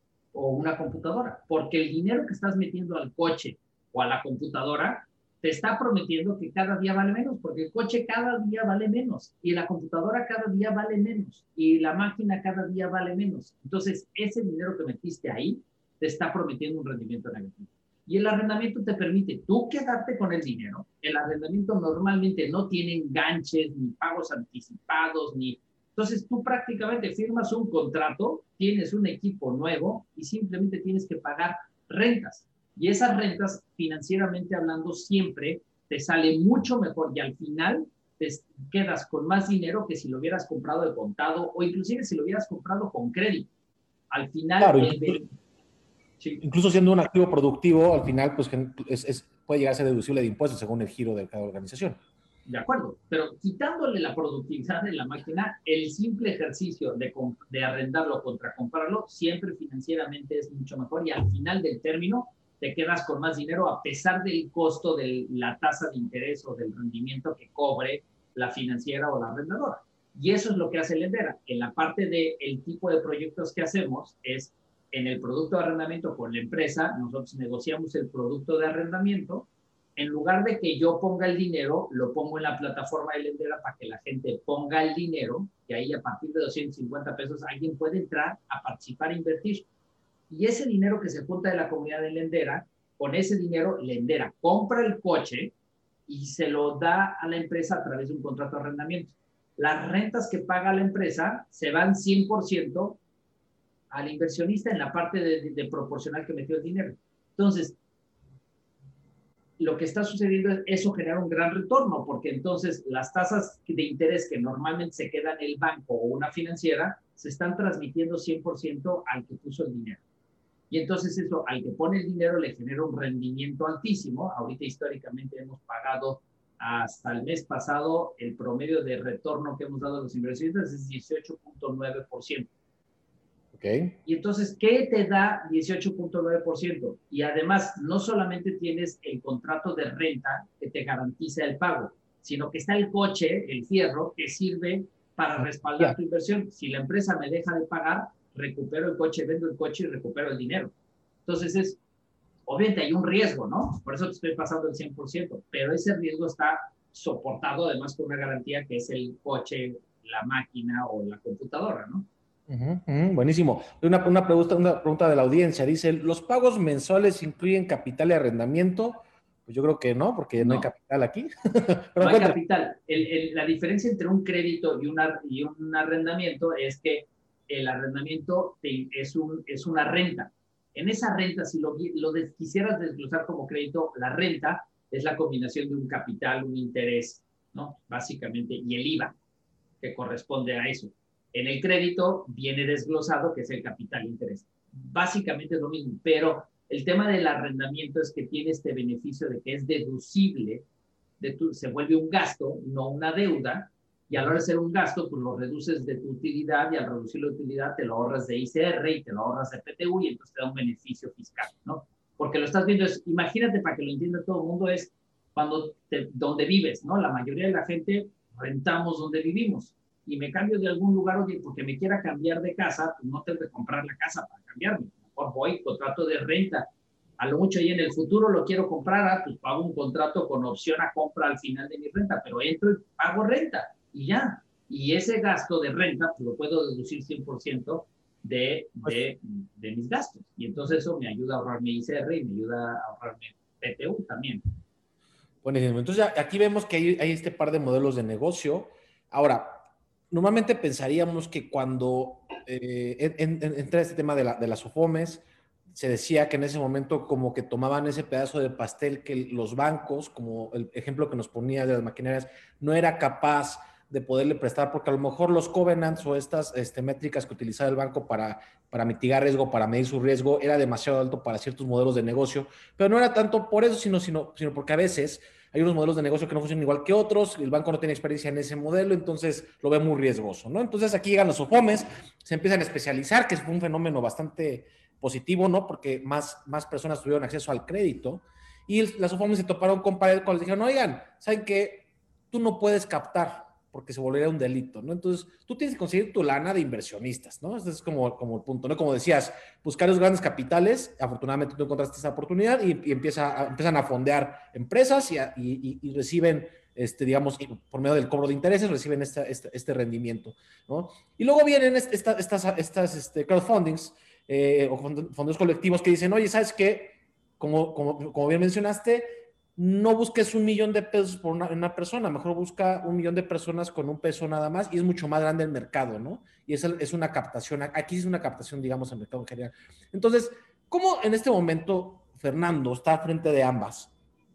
B: o una computadora, porque el dinero que estás metiendo al coche o a la computadora te está prometiendo que cada día vale menos, porque el coche cada día vale menos y la computadora cada día vale menos y la máquina cada día vale menos. Entonces, ese dinero que metiste ahí te está prometiendo un rendimiento negativo. Y el arrendamiento te permite tú quedarte con el dinero. El arrendamiento normalmente no tiene enganches, ni pagos anticipados, ni... Entonces tú prácticamente firmas un contrato, tienes un equipo nuevo y simplemente tienes que pagar rentas. Y esas rentas, financieramente hablando, siempre te sale mucho mejor y al final te quedas con más dinero que si lo hubieras comprado de contado o inclusive si lo hubieras comprado con crédito. Al final...
A: Claro,
B: el de...
A: Sí. Incluso siendo un activo productivo, al final pues, es, es, puede llegar a ser deducible de impuestos según el giro de cada organización.
B: De acuerdo, pero quitándole la productividad de la máquina, el simple ejercicio de, de arrendarlo contra comprarlo siempre financieramente es mucho mejor y al final del término te quedas con más dinero a pesar del costo de la tasa de interés o del rendimiento que cobre la financiera o la arrendadora. Y eso es lo que hace Lendera. En la parte del tipo de proyectos que hacemos es en el producto de arrendamiento con la empresa, nosotros negociamos el producto de arrendamiento. En lugar de que yo ponga el dinero, lo pongo en la plataforma de Lendera para que la gente ponga el dinero, y ahí a partir de doscientos cincuenta pesos alguien puede entrar a participar e invertir. Y ese dinero que se junta de la comunidad de Lendera, con ese dinero, Lendera compra el coche y se lo da a la empresa a través de un contrato de arrendamiento. las rentas que paga la empresa se van cien por ciento al inversionista en la parte de, de, de proporcional que metió el dinero. Entonces, lo que está sucediendo es eso genera un gran retorno, porque entonces las tasas de interés que normalmente se quedan en el banco o una financiera se están transmitiendo cien por ciento al que puso el dinero. Y entonces eso, al que pone el dinero, le genera un rendimiento altísimo. Ahorita históricamente hemos pagado hasta el mes pasado, el promedio de retorno que hemos dado a los inversionistas es dieciocho punto nueve por ciento.
A: Okay.
B: Y entonces, ¿qué te da dieciocho punto nueve por ciento? Y además, no solamente tienes el contrato de renta que te garantiza el pago, sino que está el coche, el fierro, que sirve para respaldar yeah. tu inversión. Si la empresa me deja de pagar, recupero el coche, vendo el coche y recupero el dinero. Entonces, es, obviamente hay un riesgo, ¿no? Por eso te estoy pasando el cien por ciento, pero ese riesgo está soportado además con una garantía que es el coche, la máquina o la computadora, ¿no?
A: Uh-huh, uh-huh, buenísimo. Una, una, pregunta, una pregunta de la audiencia. Dice, ¿los pagos mensuales incluyen capital y arrendamiento? Pues yo creo que no, porque no, no hay capital aquí.
B: Pero no hay capital. El, el, la diferencia entre un crédito y, una, y un arrendamiento es que el arrendamiento es, un, es una renta. En esa renta, si lo, lo des, quisieras desglosar como crédito, la renta es la combinación de un capital, un interés, ¿no? Básicamente, y el I V A, que corresponde a eso. En el crédito viene desglosado, que es el capital interés. Básicamente es lo mismo, pero el tema del arrendamiento es que tiene este beneficio de que es deducible, de tu, se vuelve un gasto, no una deuda, y a la hora de ser un gasto, pues lo reduces de tu utilidad, y al reducir la utilidad te lo ahorras de I C R y te lo ahorras de P T U, y entonces te da un beneficio fiscal, ¿no? Porque lo estás viendo, es, imagínate para que lo entienda todo el mundo, es cuando te, donde vives, ¿no? La mayoría de la gente rentamos donde vivimos, y me cambio de algún lugar porque me quiera cambiar de casa, pues no tengo que comprar la casa para cambiarme. Mejor voy, contrato de renta. A lo mucho y en el futuro lo quiero comprar, pues pago un contrato con opción a compra al final de mi renta, pero entro y pago renta y ya. Y ese gasto de renta pues lo puedo deducir cien por ciento de, de, de mis gastos. Y entonces eso me ayuda a ahorrarme I C R y me ayuda a ahorrarme P T U también.
A: Buenísimo. Entonces aquí vemos que hay, hay este par de modelos de negocio. Ahora, normalmente pensaríamos que cuando eh, en, en, entra este tema de, la, de las SOFOMES, se decía que en ese momento como que tomaban ese pedazo de pastel que los bancos, como el ejemplo que nos ponía de las maquinarias, no era capaz de poderle prestar, porque a lo mejor los covenants o estas este, métricas que utilizaba el banco para, para mitigar riesgo, para medir su riesgo, era demasiado alto para ciertos modelos de negocio, pero no era tanto por eso, sino, sino, sino porque a veces hay unos modelos de negocio que no funcionan igual que otros, el banco no tiene experiencia en ese modelo, entonces lo ve muy riesgoso, ¿no? Entonces aquí llegan los SOFOMES, se empiezan a especializar, que fue un fenómeno bastante positivo, ¿no? Porque más, más personas tuvieron acceso al crédito, y las SOFOMES se toparon con pared cuando les dijeron, oigan, ¿saben qué? Tú no puedes captar, porque se volvería un delito, ¿no? Entonces, tú tienes que conseguir tu lana de inversionistas, ¿no? Ese es como, como el punto, ¿no? Como decías, buscar los grandes capitales, afortunadamente tú encontraste esa oportunidad y, y empieza a, empiezan a fondear empresas y, a, y, y reciben, este, digamos, por medio del cobro de intereses, reciben esta, esta, este rendimiento, ¿no? Y luego vienen esta, estas, estas este, crowdfundings eh, o fondos colectivos que dicen, oye, ¿sabes qué? Como, como, como bien mencionaste, no busques un millón de pesos por una, una persona, mejor busca un millón de personas con un peso nada más y es mucho más grande el mercado, ¿no? Y es, es una captación, aquí es una captación, digamos, al mercado en general. Entonces, ¿cómo en este momento Fernando está frente de ambas?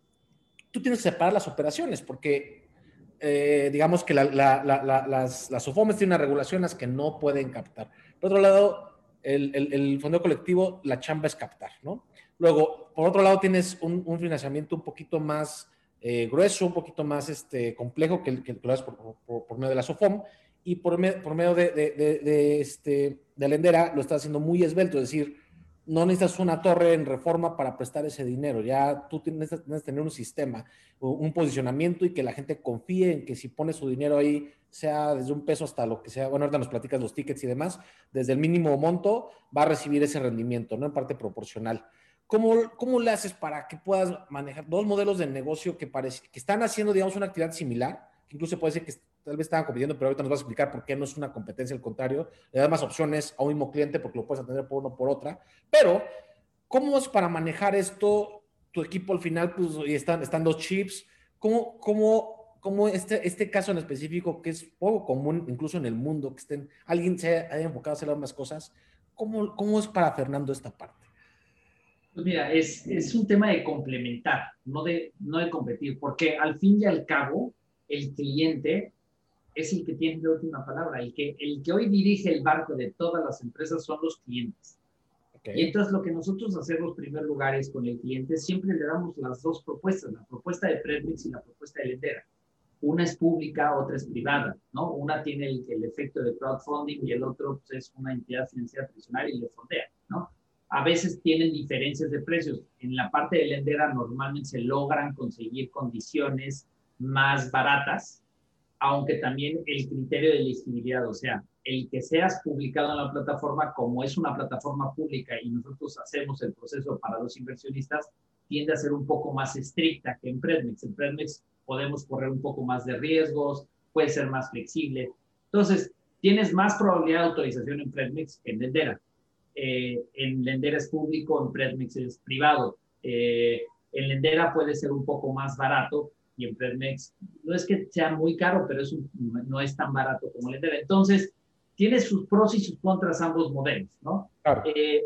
A: Tú tienes que separar las operaciones porque, eh, digamos que la, la, la, la, las, las SOFOMES tienen una regulación en las que no pueden captar. Por otro lado, el, el, el fondo colectivo, la chamba es captar, ¿no? Luego, por otro lado, tienes un, un financiamiento un poquito más eh, grueso, un poquito más este, complejo que, que, que lo haces por, por, por medio de la SOFOM, y por, me, por medio de, de, de, de, este, de Lendera lo estás haciendo muy esbelto, es decir, no necesitas una torre en Reforma para prestar ese dinero, ya tú tienes, necesitas tener un sistema, un posicionamiento y que la gente confíe en que si pones su dinero ahí, sea desde un peso hasta lo que sea, bueno, ahorita nos platicas los tickets y demás, desde el mínimo monto va a recibir ese rendimiento, ¿no? En parte proporcional. ¿Cómo, ¿Cómo le haces para que puedas manejar dos modelos de negocio que, parece, que están haciendo, digamos, una actividad similar? Que incluso puede ser que tal vez estaban compitiendo, pero ahorita nos vas a explicar por qué no es una competencia, al contrario, le da más opciones a un mismo cliente porque lo puedes atender por uno o por otra. Pero, ¿cómo es para manejar esto? Tu equipo al final, pues, y están, están dos chips. ¿Cómo, cómo, cómo este, este caso en específico, que es poco común incluso en el mundo, que estén, alguien se haya enfocado a hacer ambas cosas, ¿cómo, cómo es para Fernando esta parte?
B: Pues mira, es, es un tema de complementar, no de, no de competir, porque al fin y al cabo, el cliente es el que tiene la última palabra. El que, el que hoy dirige el barco de todas las empresas son los clientes. Y
A: Okay.
B: entonces lo que nosotros hacemos en primer lugar es con el cliente, siempre le damos las dos propuestas, la propuesta de Predmix y la propuesta de Lendera. Una es pública, otra es privada, ¿no? Una tiene el, el efecto de crowdfunding y el otro pues, es una entidad financiera tradicional y le fondea, ¿no? A veces tienen diferencias de precios. En la parte de Lendera normalmente se logran conseguir condiciones más baratas, aunque también el criterio de elegibilidad, o sea, el que seas publicado en la plataforma, como es una plataforma pública y nosotros hacemos el proceso para los inversionistas, tiende a ser un poco más estricta que en Predmex. En Predmex podemos correr un poco más de riesgos, puede ser más flexible. Entonces, tienes más probabilidad de autorización en Predmex que en Lendera. Eh, en Lendera es público, en Predmex es privado. Eh, en Lendera puede ser un poco más barato y en Predmex no es que sea muy caro, pero es un, no es tan barato como Lendera. Entonces, tiene sus pros y sus contras ambos modelos, ¿no?
A: Claro.
B: Eh,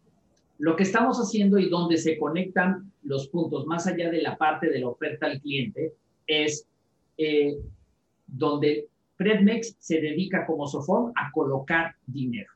B: lo que estamos haciendo y donde se conectan los puntos, más allá de la parte de la oferta al cliente, es eh, donde Predmex se dedica como Sofón a colocar dinero.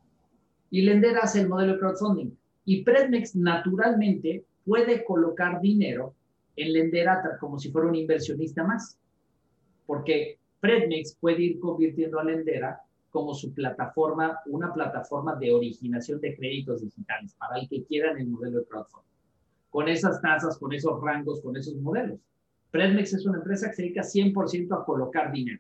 B: Y Lendera hace el modelo de crowdfunding. Y Predmex naturalmente puede colocar dinero en Lendera como si fuera un inversionista más. Porque Predmex puede ir convirtiendo a Lendera como su plataforma, una plataforma de originación de créditos digitales para el que quiera en el modelo de crowdfunding. Con esas tasas, con esos rangos, con esos modelos. Predmex es una empresa que se dedica cien por ciento a colocar dinero.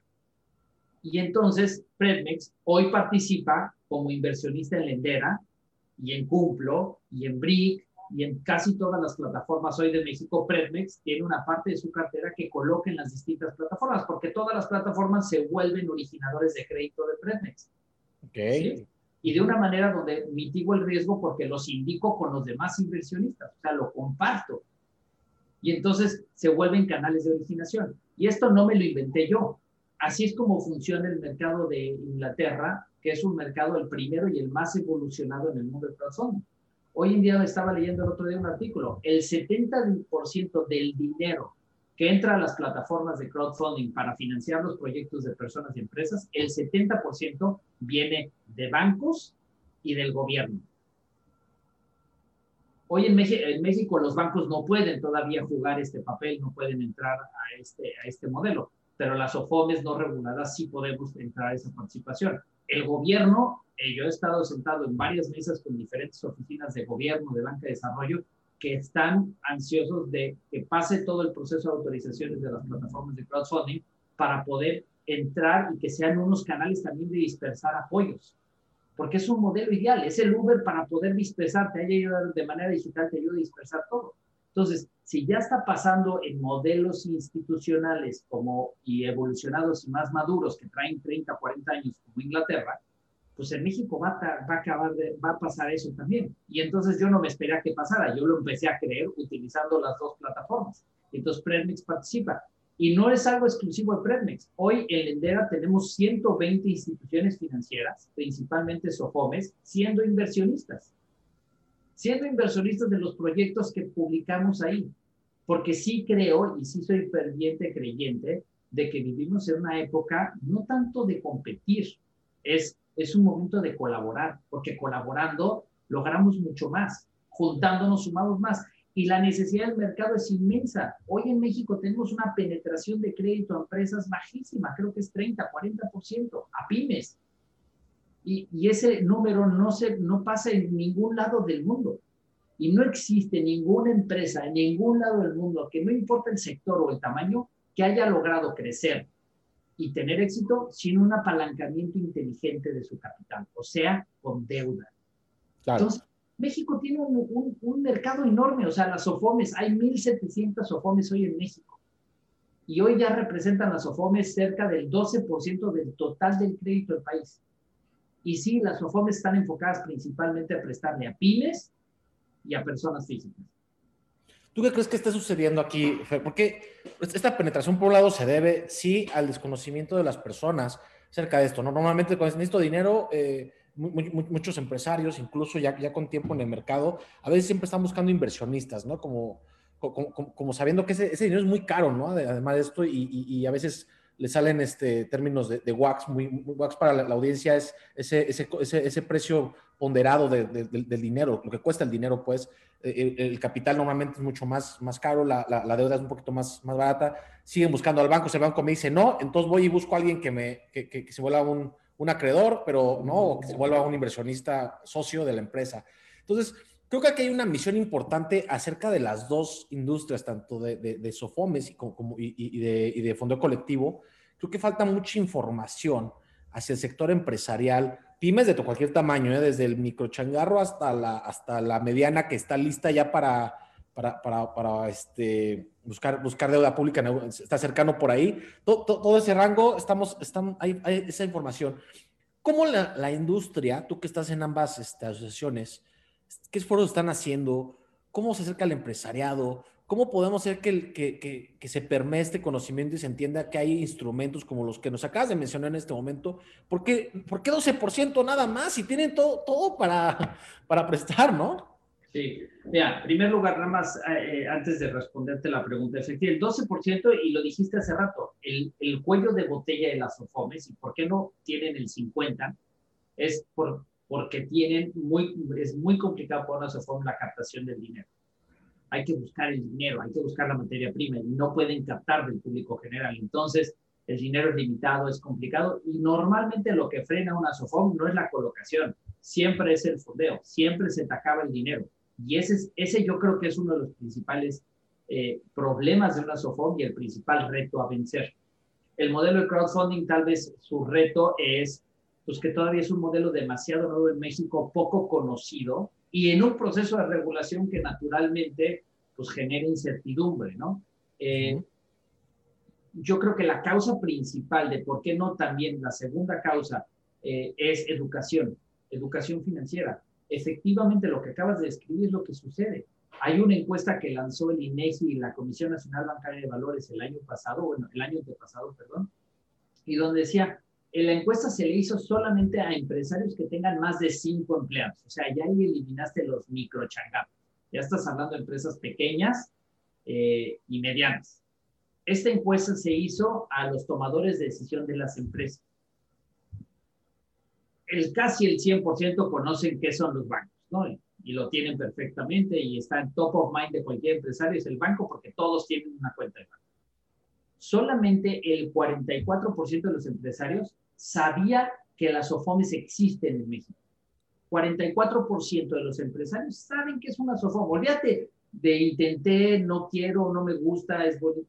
B: Y entonces Predmex hoy participa como inversionista en Lendera y en Cumplo y en Brick y en casi todas las plataformas hoy de México. Predmex tiene una parte de su cartera que coloca en las distintas plataformas, porque todas las plataformas se vuelven originadores de crédito de Predmex.
A: Okay.
B: ¿Sí? Y de una manera donde mitigo el riesgo porque los indico con los demás inversionistas, o sea, lo comparto. Y entonces se vuelven canales de originación. Y esto no me lo inventé yo. Así es como funciona el mercado de Inglaterra, que es un mercado el primero y el más evolucionado en el mundo del crowdfunding. Hoy en día estaba leyendo el otro día un artículo, el setenta por ciento del dinero que entra a las plataformas de crowdfunding para financiar los proyectos de personas y empresas, el setenta por ciento viene de bancos y del gobierno. Hoy en México, en México los bancos no pueden todavía jugar este papel, no pueden entrar a este, a este modelo, pero las OFOMES no reguladas sí podemos entrar a esa participación. El gobierno, eh, yo he estado sentado en varias mesas con diferentes oficinas de gobierno, de banca de desarrollo, que están ansiosos de que pase todo el proceso de autorizaciones de las plataformas de crowdfunding para poder entrar y que sean unos canales también de dispersar apoyos. Porque es un modelo ideal, es el Uber para poder dispersar, te ayuda de manera digital, te ayuda a dispersar todo. Entonces, si ya está pasando en modelos institucionales como y evolucionados y más maduros que traen treinta, cuarenta años como Inglaterra, pues en México va a, va a acabar de, va a pasar eso también. Y entonces yo no me esperé a que pasara, yo lo empecé a creer utilizando las dos plataformas. Entonces Predmex participa. Y no es algo exclusivo de Predmex. Hoy en Lendera tenemos ciento veinte instituciones financieras, principalmente SOFOMES, siendo inversionistas. Siendo inversionistas de los proyectos que publicamos ahí. Porque sí creo, y sí soy ferviente creyente, de que vivimos en una época no tanto de competir, es, es un momento de colaborar, porque colaborando logramos mucho más, juntándonos sumamos más. Y la necesidad del mercado es inmensa. Hoy en México tenemos una penetración de crédito a empresas bajísima, creo que es treinta, cuarenta por ciento, a pymes. Y, y ese número no, se, no pasa en ningún lado del mundo. Y no existe ninguna empresa en ningún lado del mundo, que no importa el sector o el tamaño, que haya logrado crecer y tener éxito sin un apalancamiento inteligente de su capital, o sea, con deuda.
A: Claro.
B: Entonces, México tiene un, un, un mercado enorme, o sea, las SOFOMES, hay mil setecientas SOFOMES hoy en México. Y hoy ya representan las SOFOMES cerca del doce por ciento del total del crédito del país. Y sí, las SOFOMES están enfocadas principalmente a prestarle a pymes y a personas físicas.
A: ¿Tú qué crees que está sucediendo aquí, Fer? Porque esta penetración, por un lado, se debe, sí, al desconocimiento de las personas acerca de esto, ¿no? Normalmente, cuando necesito dinero, eh, mu- mu- muchos empresarios, incluso ya, ya con tiempo en el mercado, a veces siempre están buscando inversionistas, ¿no? Como, como, como, como sabiendo que ese, ese dinero es muy caro, ¿no? Además de esto, y, y, y a veces le salen este, términos de, de wax, muy, muy wax para la, la audiencia es ese, ese, ese, ese precio ponderado de, de, de, del dinero, lo que cuesta el dinero, pues, el, el, capital normalmente es mucho más, más caro, la, la, la, deuda es un poquito más, más barata, siguen buscando al banco, si el banco me dice no, entonces voy y busco a alguien que, me, que, que, que se vuelva un, un acreedor, pero no, o que se vuelva un inversionista socio de la empresa. Entonces, creo que aquí hay una misión importante acerca de las dos industrias, tanto de, de, de Sofomes y, como, y, y, de, y de fondeo colectivo. Creo que falta mucha información hacia el sector empresarial, pymes de cualquier tamaño, ¿eh? Desde el microchangarro hasta la, hasta la mediana que está lista ya para, para, para, para este, buscar, buscar deuda pública, está cercano por ahí. Todo, todo, todo ese rango, estamos, estamos, hay, hay esa información. ¿Cómo la, la industria, tú que estás en ambas este, asociaciones, qué esfuerzos están haciendo? ¿Cómo se acerca al empresariado? ¿Cómo podemos hacer que, que, que, que se permee este conocimiento y se entienda que hay instrumentos como los que nos acabas de mencionar en este momento? ¿Por qué, por qué doce por ciento nada más si tienen todo, todo para, para prestar, no?
B: Sí, mira, en primer lugar, nada más, eh, antes de responderte la pregunta, efectivamente, el doce por ciento, y lo dijiste hace rato, el, el cuello de botella de las SOFOMES, ¿y por qué no tienen el cincuenta? Es por, porque tienen muy, es muy complicado para una SOFOM la captación del dinero. Hay que buscar el dinero, hay que buscar la materia prima, y no pueden captar del público general. Entonces, el dinero es limitado, es complicado, y normalmente lo que frena una SOFOM no es la colocación, siempre es el fondeo, siempre se te acaba el dinero. Y ese, es, ese yo creo que es uno de los principales eh, problemas de una SOFOM y el principal reto a vencer. El modelo de crowdfunding, tal vez su reto es pues, que todavía es un modelo demasiado nuevo en México, poco conocido, y en un proceso de regulación que naturalmente pues, genera incertidumbre, ¿no? Eh,
A: Uh-huh.
B: Yo creo que la causa principal de por qué no también la segunda causa eh, es educación, educación financiera. Efectivamente, lo que acabas de describir es lo que sucede. Hay una encuesta que lanzó el INEGI y la Comisión Nacional Bancaria de Valores el año pasado, bueno, el año antepasado, perdón, y donde decía, en la encuesta se le hizo solamente a empresarios que tengan más de cinco empleados. O sea, ya ahí eliminaste los microchangados. Ya estás hablando de empresas pequeñas eh, y medianas. Esta encuesta se hizo a los tomadores de decisión de las empresas. El casi el cien por ciento conocen qué son los bancos, ¿no? Y, y lo tienen perfectamente y está en top of mind de cualquier empresario, es el banco, porque todos tienen una cuenta de banco. Solamente el cuarenta y cuatro por ciento de los empresarios sabía que las SOFOMES existen en México. cuarenta y cuatro por ciento de los empresarios saben que es una SOFOM. Olvídate de intenté, no quiero, no me gusta, es bonito.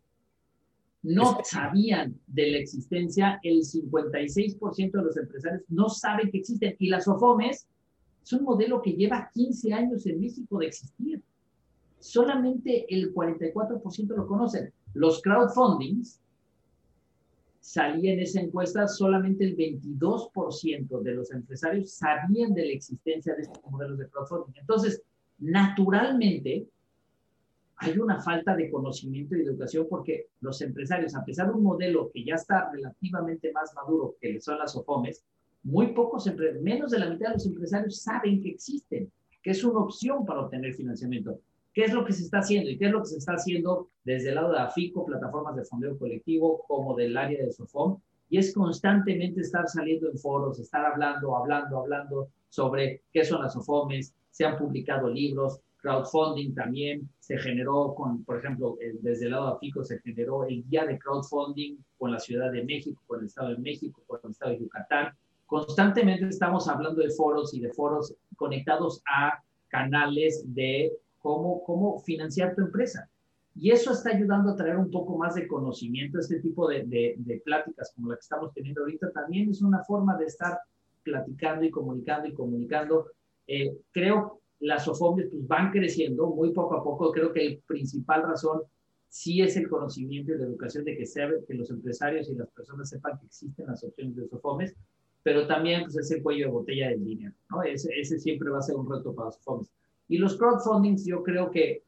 B: No sabían de la existencia, el cincuenta y seis por ciento de los empresarios no saben que existen. Y las SOFOMES es un modelo que lleva quince años en México de existir. Solamente el cuarenta y cuatro por ciento lo conocen. Los crowdfundings, salía en esa encuesta, solamente el veintidós por ciento de los empresarios sabían de la existencia de estos modelos de crowdfunding. Entonces, naturalmente, hay una falta de conocimiento y educación porque los empresarios, a pesar de un modelo que ya está relativamente más maduro que son las SOFOMES, muy pocos, menos de la mitad de los empresarios saben que existen, que es una opción para obtener financiamiento. ¿Qué es lo que se está haciendo? ¿Y qué es lo que se está haciendo desde el lado de AFICO, plataformas de fondeo colectivo, como del área de SOFOM? Y es constantemente estar saliendo en foros, estar hablando, hablando, hablando sobre qué son las SOFOMES, se han publicado libros, crowdfunding también se generó con, por ejemplo, desde el lado de AFICO se generó el guía de crowdfunding con la Ciudad de México, con el Estado de México, con el Estado de Yucatán. Constantemente estamos hablando de foros y de foros conectados a canales de cómo, cómo financiar tu empresa. Y eso está ayudando a traer un poco más de conocimiento. Este tipo de, de, de pláticas como la que estamos teniendo ahorita también es una forma de estar platicando y comunicando y comunicando. Eh, creo las SOFOMES pues, van creciendo muy poco a poco. Creo que la principal razón sí es el conocimiento y la educación de que, se, que los empresarios y las personas sepan que existen las opciones de SOFOMES, pero también pues, es el cuello de botella del dinero, ¿no? Ese, ese siempre va a ser un reto para las SOFOMES. Y los crowdfundings yo creo que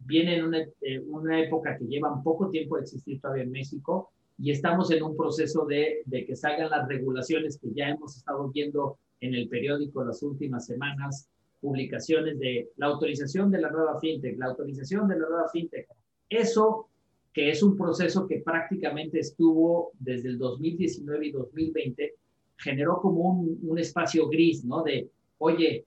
B: viene en una, eh, una época que llevan poco tiempo de existir todavía en México y estamos en un proceso de, de que salgan las regulaciones que ya hemos estado viendo en el periódico las últimas semanas, publicaciones de la autorización de la nueva fintech, la autorización de la nueva fintech. Eso, que es un proceso que prácticamente estuvo desde el dos mil diecinueve y dos mil veinte, generó como un, un espacio gris, ¿no? De, oye,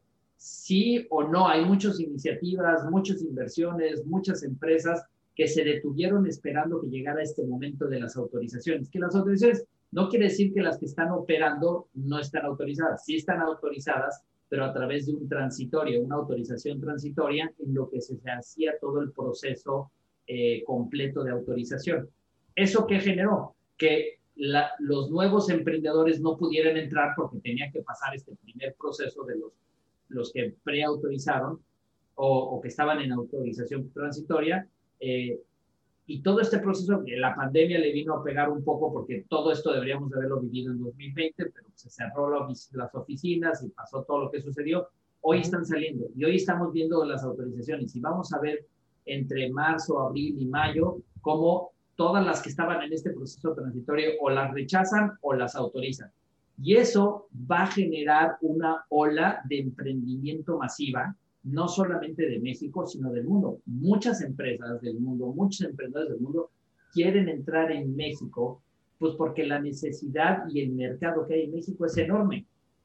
B: sí o no, hay muchas iniciativas, muchas inversiones, muchas empresas que se detuvieron esperando que llegara este momento de las autorizaciones. Que las autorizaciones no quiere decir que las que están operando no están autorizadas, sí están autorizadas, pero a través de un transitorio, una autorización transitoria en lo que se hacía todo el proceso eh, completo de autorización. ¿Eso qué generó? Que la, los nuevos emprendedores no pudieran entrar porque tenían que pasar este primer proceso de los, los que preautorizaron o, o que estaban en autorización transitoria. Eh, y todo este proceso, la pandemia le vino a pegar un poco porque todo esto deberíamos de haberlo vivido en dos mil veinte, pero se cerró las oficinas y pasó todo lo que sucedió. Hoy están saliendo y hoy estamos viendo las autorizaciones y vamos a ver entre marzo, abril y mayo cómo todas las que estaban en este proceso transitorio o las rechazan o las autorizan. Y eso va a generar una ola de emprendimiento masiva, no solamente de México, sino del mundo. Muchas empresas del mundo, muchos emprendedores del mundo quieren entrar en México, pues porque la necesidad y el mercado que hay en México es enorme.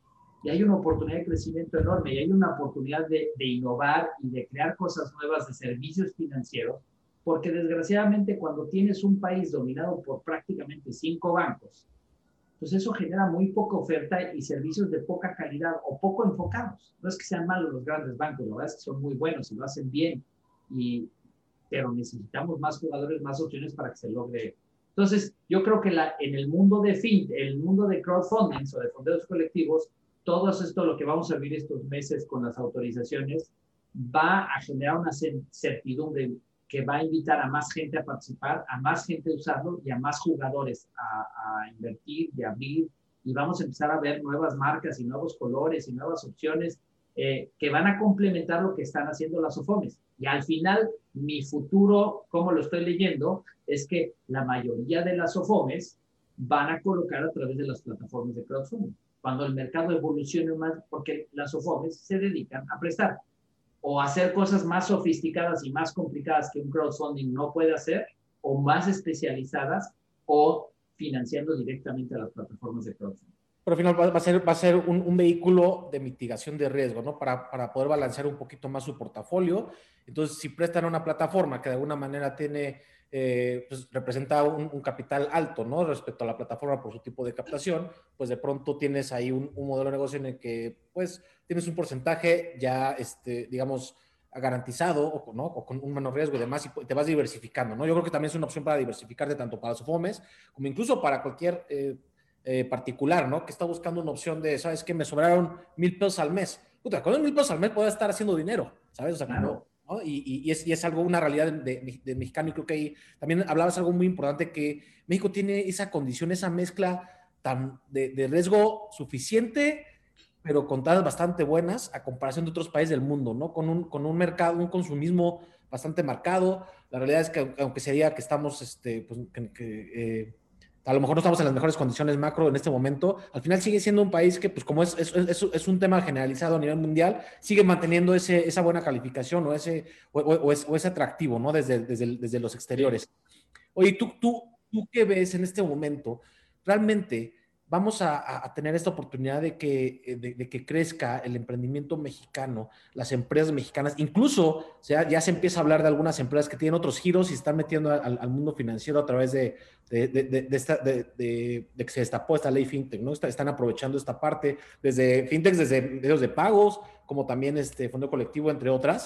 B: Y hay una oportunidad de crecimiento enorme, y hay una oportunidad de, de innovar y de crear cosas nuevas de servicios financieros, porque desgraciadamente cuando tienes un país dominado por prácticamente cinco bancos, pues eso genera muy poca oferta y servicios de poca calidad o poco enfocados. No es que sean malos los grandes bancos, la verdad es que son muy buenos y lo hacen bien, y, pero necesitamos más jugadores, más opciones para que se logre. Entonces, yo creo que la, en el mundo de fintech, el mundo de crowdfunding o de fondeos colectivos, todo esto, lo que vamos a vivir estos meses con las autorizaciones, va a generar una certidumbre que va a invitar a más gente a participar, a más gente a usarlo y a más jugadores a, a invertir y a abrir. Y vamos a empezar a ver nuevas marcas y nuevos colores y nuevas opciones eh, que van a complementar lo que están haciendo las SOFOMES. Y al final, mi futuro, como lo estoy leyendo, es que la mayoría de las SOFOMES van a colocar a través de las plataformas de crowdfunding. Cuando el mercado evolucione más, porque las SOFOMES se dedican a prestar o hacer cosas más sofisticadas y más complicadas que un crowdfunding no puede hacer, o más especializadas, o financiando directamente a las plataformas de crowdfunding.
A: Pero al final va a ser, va a ser un, un vehículo de mitigación de riesgo, ¿no? Para, para poder balancear un poquito más su portafolio. Entonces, si prestan a una plataforma que de alguna manera tiene, eh, pues representa un, un capital alto, ¿no? Respecto a la plataforma por su tipo de captación, pues de pronto tienes ahí un, un modelo de negocio en el que, pues, tienes un porcentaje ya, este, digamos, garantizado, o, ¿no? O con un menor riesgo y demás, y te vas diversificando, ¿no? Yo creo que también es una opción para diversificarte tanto para los FOMES como incluso para cualquier eh, eh, particular, ¿no? Que está buscando una opción de, ¿sabes qué? Me sobraron mil pesos al mes. Puta, con los mil pesos al mes puedo estar haciendo dinero, ¿sabes? O sea,
B: claro.
A: como, ¿no? Y, y, y, es, y es algo, una realidad de, de, de mexicano, y creo que ahí también hablabas algo muy importante, que México tiene esa condición, esa mezcla tan de, de riesgo suficiente, pero con tasas bastante buenas a comparación de otros países del mundo, ¿no? Con un, con un mercado, un consumismo bastante marcado. La realidad es que aunque se diga que estamos, este, pues, que, que eh, a lo mejor no estamos en las mejores condiciones macro en este momento, al final sigue siendo un país que, pues como es, es, es, es un tema generalizado a nivel mundial, sigue manteniendo ese, esa buena calificación o ese, o, o, o, es, o ese atractivo, ¿no? Desde, desde, desde los exteriores. Oye, ¿tú, tú, ¿tú qué ves en este momento? ¿Realmente vamos a, a tener esta oportunidad de que, de, de que crezca el emprendimiento mexicano, las empresas mexicanas? Incluso o sea, ya se empieza a hablar de algunas empresas que tienen otros giros y están metiendo al, al mundo financiero a través de, de, de, de, de, esta, de, de, de que se destapó esta ley fintech, ¿no? Están aprovechando esta parte, desde fintechs, desde medios de pagos, como también este fondo colectivo, entre otras.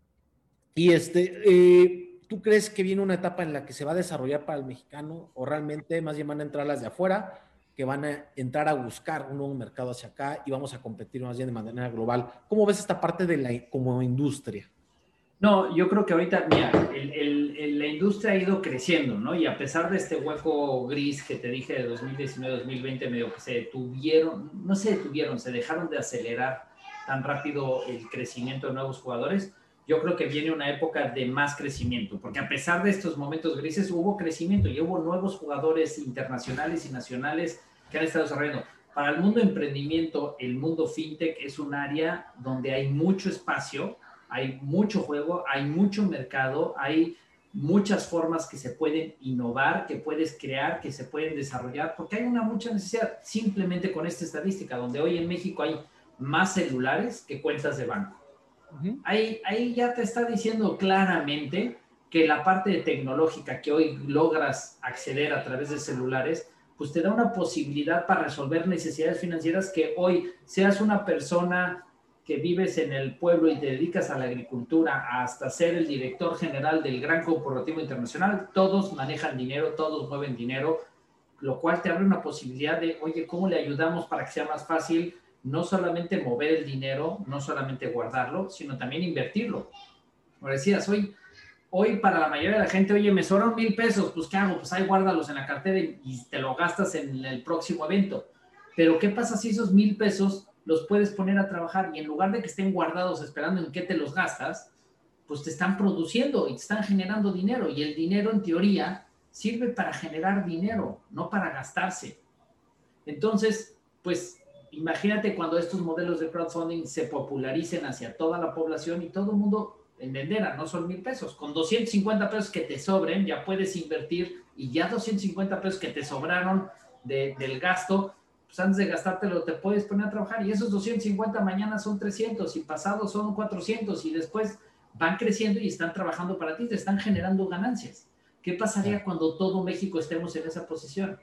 A: Y este... Eh, ¿tú crees que viene una etapa en la que se va a desarrollar para el mexicano, o realmente más bien van a entrar las de afuera, que van a entrar a buscar un nuevo mercado hacia acá y vamos a competir más bien de manera global? ¿Cómo ves esta parte de la como industria?
B: No, yo creo que ahorita, mira, el, el, el, la industria ha ido creciendo, ¿no? Y a pesar de este hueco gris que te dije de dos mil diecinueve a dos mil veinte, medio que se detuvieron, no se detuvieron, se dejaron de acelerar tan rápido el crecimiento de nuevos jugadores. yo creo que viene una época de más crecimiento, porque a pesar de estos momentos grises, hubo crecimiento y hubo nuevos jugadores internacionales y nacionales que han estado desarrollando. Para el mundo de emprendimiento, el mundo fintech es un área donde hay mucho espacio, hay mucho juego, hay mucho mercado, hay muchas formas que se pueden innovar, que puedes crear, que se pueden desarrollar, porque hay una mucha necesidad, simplemente con esta estadística, donde hoy en México hay más celulares que cuentas de banco. Uh-huh. Ahí, ahí ya te está diciendo claramente que la parte tecnológica que hoy logras acceder a través de celulares, pues te da una posibilidad para resolver necesidades financieras que hoy seas una persona que vives en el pueblo y te dedicas a la agricultura hasta ser el director general del gran corporativo internacional, todos manejan dinero, todos mueven dinero, lo cual te abre una posibilidad de, oye, ¿cómo le ayudamos para que sea más fácil no solamente mover el dinero, no solamente guardarlo, sino también invertirlo? Como decías, hoy, hoy para la mayoría de la gente, oye, me sobran mil pesos, pues ¿qué hago? Pues ahí guárdalos en la cartera y te lo gastas en el próximo evento. Pero ¿qué pasa si esos mil pesos los puedes poner a trabajar y en lugar de que estén guardados esperando en qué te los gastas, pues te están produciendo y te están generando dinero? Y el dinero, en teoría, sirve para generar dinero, no para gastarse. Entonces, pues imagínate cuando estos modelos de crowdfunding se popularicen hacia toda la población y todo el mundo en vendera, no son mil pesos. Con doscientos cincuenta pesos que te sobren, ya puedes invertir y ya doscientos cincuenta pesos que te sobraron de, del gasto, pues antes de gastártelo te puedes poner a trabajar y esos doscientos cincuenta mañana son trescientos y pasados son cuatrocientos y después van creciendo y están trabajando para ti, te están generando ganancias. ¿Qué pasaría cuando todo México estemos en esa posición?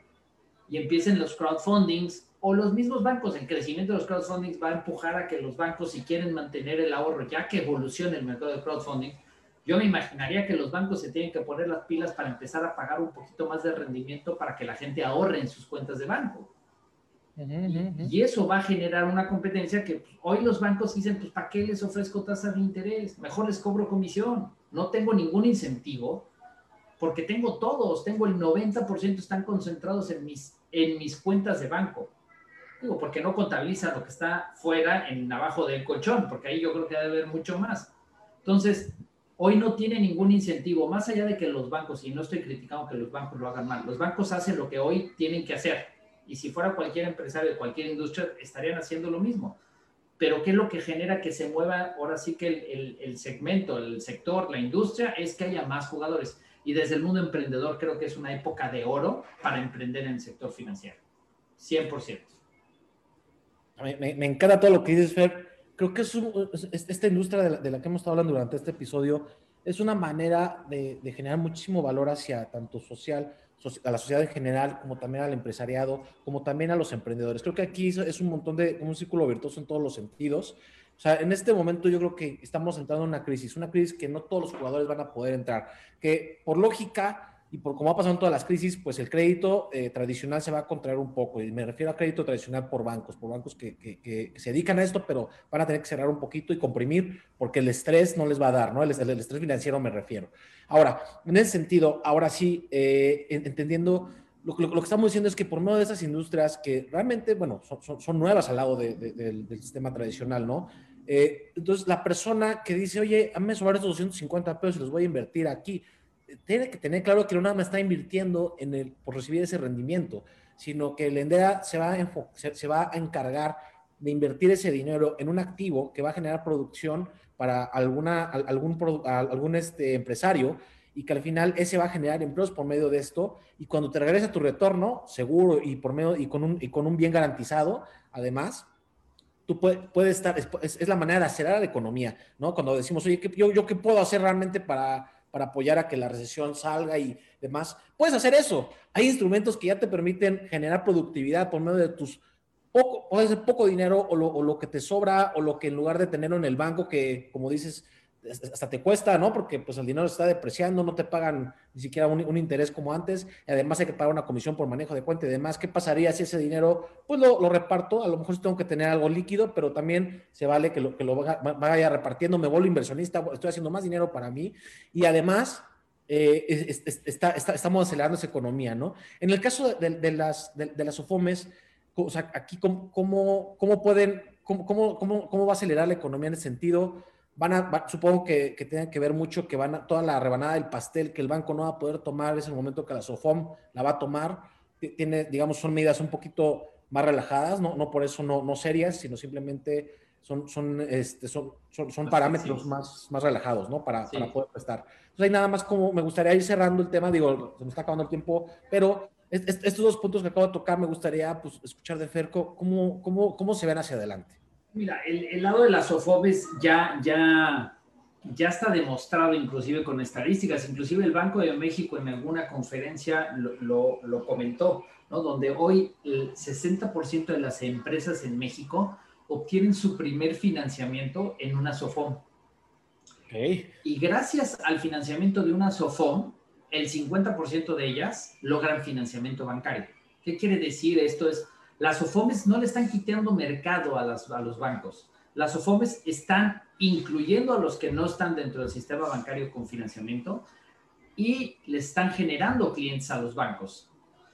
B: Y empiecen los crowdfundings o los mismos bancos. El crecimiento de los crowdfundings va a empujar a que los bancos, si quieren mantener el ahorro, ya que evolucione el mercado de crowdfunding, yo me imaginaría que los bancos se tienen que poner las pilas para empezar a pagar un poquito más de rendimiento para que la gente ahorre en sus cuentas de banco. Uh-huh, uh-huh. Y, y eso va a generar una competencia que pues, hoy los bancos dicen, pues ¿para qué les ofrezco tasa de interés? Mejor les cobro comisión. No tengo ningún incentivo porque tengo todos, tengo el noventa por ciento están concentrados en mis, en mis cuentas de banco. Digo, porque no contabilizan lo que está fuera, en abajo del colchón, porque ahí yo creo que debe haber mucho más. Entonces, hoy no tiene ningún incentivo, más allá de que los bancos, y no estoy criticando que los bancos lo hagan mal, los bancos hacen lo que hoy tienen que hacer. Y si fuera cualquier empresario de cualquier industria, estarían haciendo lo mismo. Pero ¿qué es lo que genera que se mueva ahora sí que el, el, el segmento, el sector, la industria? Es que haya más jugadores. Y desde el mundo emprendedor creo que es una época de oro para emprender en el sector financiero. cien por ciento.
A: Me, me, me encanta todo lo que dices, Fer. Creo que es, un, es esta industria de la, de la que hemos estado hablando durante este episodio es una manera de, de generar muchísimo valor hacia tanto social, a la sociedad en general, como también al empresariado, como también a los emprendedores. Creo que aquí es un montón de, un círculo virtuoso en todos los sentidos. O sea, en este momento yo creo que estamos entrando en una crisis, una crisis que no todos los jugadores van a poder entrar, que por lógica y por cómo ha pasado en todas las crisis, pues el crédito eh, tradicional se va a contraer un poco, y me refiero a crédito tradicional por bancos, por bancos que, que, que, que se dedican a esto, pero van a tener que cerrar un poquito y comprimir, porque el estrés no les va a dar, ¿no? El, el, el estrés financiero me refiero. Ahora, en ese sentido, ahora sí, eh, entendiendo, lo, lo, lo que estamos diciendo es que por medio de esas industrias que realmente, bueno, son, son, son nuevas al lado de, de, del, del sistema tradicional, ¿no? Eh, entonces, la persona que dice, oye, a mí me sobraron estos doscientos cincuenta pesos y los voy a invertir aquí, tiene que tener claro que no nada más está invirtiendo en el, por recibir ese rendimiento, sino que Lendera se va, a se, se va a encargar de invertir ese dinero en un activo que va a generar producción para alguna, algún, algún este empresario, y que al final ese va a generar empleos por medio de esto, y cuando te regrese tu retorno, seguro y, por medio, y, con, un, y con un bien garantizado, además, tú puedes, puedes estar, es, es la manera de acelerar la economía, ¿no? Cuando decimos, oye, ¿qué, yo, ¿yo qué puedo hacer realmente para para apoyar a que la recesión salga y demás? Puedes hacer eso. Hay instrumentos que ya te permiten generar productividad por medio de tus poco, puede ser poco dinero o lo, o lo que te sobra, o lo que en lugar de tenerlo en el banco, que como dices, hasta te cuesta, ¿no? Porque pues el dinero se está depreciando, no te pagan ni siquiera un, un interés como antes, y además hay que pagar una comisión por manejo de cuenta y demás. ¿Qué pasaría si ese dinero, pues lo, lo reparto? A lo mejor sí tengo que tener algo líquido, pero también se vale que lo, que lo vaya repartiendo, me vuelvo inversionista, estoy haciendo más dinero para mí, y además eh, es, es, está, está, estamos acelerando esa economía, ¿no? En el caso de, de, las, de, de las OFOMES, o sea, aquí cómo, cómo, cómo pueden, cómo, cómo, cómo, cómo va a acelerar la economía en ese sentido. van a, va, supongo que, que tengan que ver mucho que van a, toda la rebanada del pastel que el banco no va a poder tomar es el momento que la SOFOM la va a tomar. Tiene, digamos, son medidas un poquito más relajadas, no, no por eso no, no serias, sino simplemente son, son, este, son, son, son parámetros más, más relajados, ¿no? Para, sí. para poder prestar. Entonces, hay nada más como me gustaría ir cerrando el tema, digo, se me está acabando el tiempo, pero est est estos dos puntos que acabo de tocar, me gustaría pues, escuchar de Ferco, ¿cómo, cómo, cómo se ven hacia adelante?
B: Mira, el, el lado de las SOFOMES ya, ya, ya está demostrado inclusive con estadísticas, inclusive el Banco de México en alguna conferencia lo, lo, lo comentó, ¿no? Donde hoy el sesenta por ciento de las empresas en México obtienen su primer financiamiento en una SOFOM.
A: Okay.
B: Y gracias al financiamiento de una SOFOM, el cincuenta por ciento de ellas logran financiamiento bancario. ¿Qué quiere decir esto? Es las SOFOMES no le están quitando mercado a, las, a los bancos. Las SOFOMES están incluyendo a los que no están dentro del sistema bancario con financiamiento y le están generando clientes a los bancos.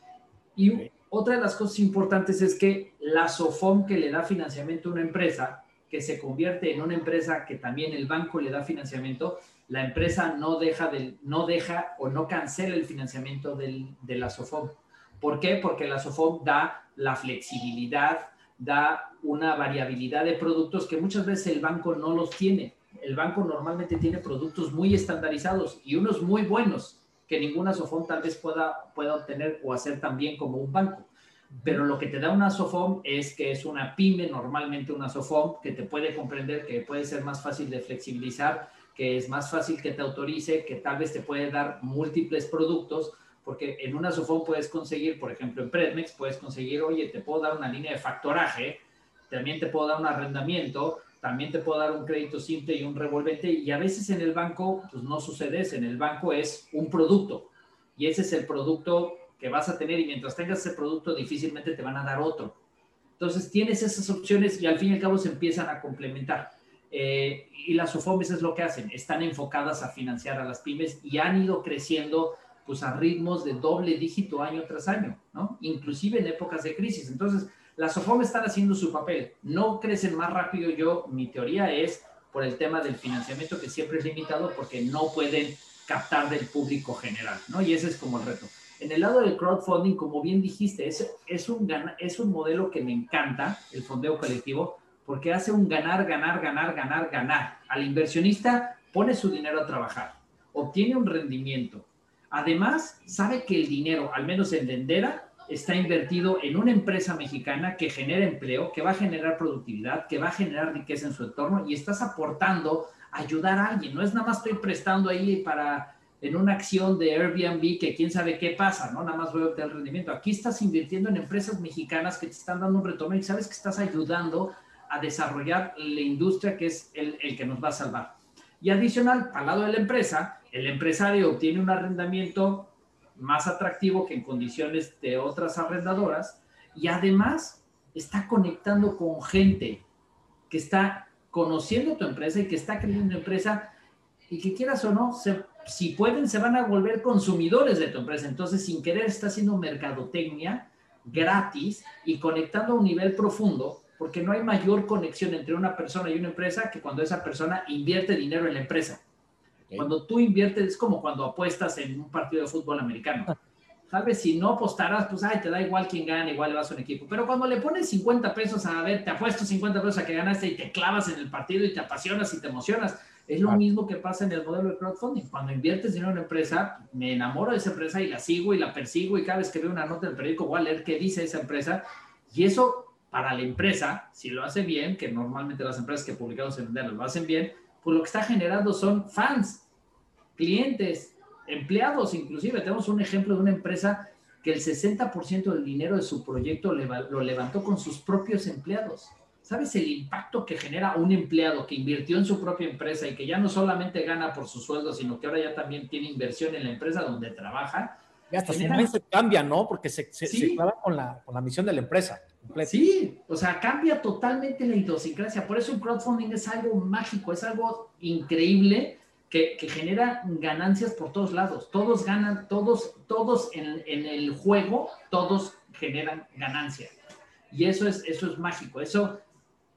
B: Y okay. otra de las cosas importantes es que la SOFOM que le da financiamiento a una empresa, que se convierte en una empresa que también el banco le da financiamiento, la empresa no deja, de, no deja o no cancela el financiamiento del, de la SOFOM. ¿Por qué? Porque la SOFOM da la flexibilidad, da una variabilidad de productos que muchas veces el banco no los tiene. El banco normalmente tiene productos muy estandarizados y unos muy buenos que ninguna SOFOM tal vez pueda, pueda obtener o hacer tan bien como un banco. Pero lo que te da una SOFOM es que es una pyme, normalmente una SOFOM, que te puede comprender, que puede ser más fácil de flexibilizar, que es más fácil que te autorice, que tal vez te puede dar múltiples productos, porque en una SOFOM puedes conseguir, por ejemplo, en Predmex, puedes conseguir, oye, te puedo dar una línea de factoraje, también te puedo dar un arrendamiento, también te puedo dar un crédito simple y un revolvente, y a veces en el banco, pues no sucede eso, en el banco es un producto, y ese es el producto que vas a tener, y mientras tengas ese producto, difícilmente te van a dar otro. Entonces, tienes esas opciones y al fin y al cabo se empiezan a complementar. Eh, y las SOFOMES es lo que hacen, están enfocadas a financiar a las pymes y han ido creciendo pues a ritmos de doble dígito año tras año, ¿no? Inclusive en épocas de crisis. Entonces, las SOFOMES están haciendo su papel. No crecen más rápido. Yo, mi teoría es por el tema del financiamiento, que siempre es limitado porque no pueden captar del público general, ¿no? Y ese es como el reto. En el lado del crowdfunding, como bien dijiste, es, es, un, es un modelo que me encanta, el fondeo colectivo, porque hace un ganar, ganar, ganar, ganar, ganar. Al inversionista pone su dinero a trabajar, obtiene un rendimiento. Además, sabe que el dinero, al menos en Lendera, está invertido en una empresa mexicana que genera empleo, que va a generar productividad, que va a generar riqueza en su entorno y estás aportando a ayudar a alguien. No es nada más estoy prestando ahí para en una acción de Airbnb que quién sabe qué pasa, ¿no? Nada más voy a obtener el rendimiento. Aquí estás invirtiendo en empresas mexicanas que te están dando un retorno y sabes que estás ayudando a desarrollar la industria que es el, el que nos va a salvar. Y adicional, al lado de la empresa, el empresario obtiene un arrendamiento más atractivo que en condiciones de otras arrendadoras y además está conectando con gente que está conociendo tu empresa y que está creyendo en tu empresa y que quieras o no, se, si pueden, se van a volver consumidores de tu empresa. Entonces, sin querer, está haciendo mercadotecnia gratis y conectando a un nivel profundo, porque no hay mayor conexión entre una persona y una empresa que cuando esa persona invierte dinero en la empresa. Okay. Cuando tú inviertes, es como cuando apuestas en un partido de fútbol americano. Tal vez si no apostarás, pues ay, te da igual quién gana, igual le vas a un equipo. Pero cuando le pones cincuenta pesos a ver, te apuesto cincuenta pesos a que ganaste y te clavas en el partido y te apasionas y te emocionas, es lo ah. mismo que pasa en el modelo de crowdfunding. Cuando inviertes dinero en una empresa, me enamoro de esa empresa y la sigo y la persigo y cada vez que veo una nota del periódico voy a leer qué dice esa empresa. Y eso, para la empresa, si lo hace bien, que normalmente las empresas que publicamos en Lendera lo hacen bien, pues lo que está generando son fans, clientes, empleados. Inclusive tenemos un ejemplo de una empresa que el sesenta por ciento del dinero de su proyecto lo levantó con sus propios empleados. ¿Sabes el impacto que genera un empleado que invirtió en su propia empresa y que ya no solamente gana por su sueldo, sino que ahora ya también tiene inversión en la empresa donde trabaja?
A: Y hasta genera... su mindset cambia, ¿no? Porque se, se, sí. se clava con la, con la misión de la empresa. Completa.
B: Sí, o sea, cambia totalmente la idiosincrasia. Por eso el crowdfunding es algo mágico, es algo increíble que, que genera ganancias por todos lados. Todos ganan, todos, todos en, en el juego, todos generan ganancia. Y eso es, eso es mágico. Eso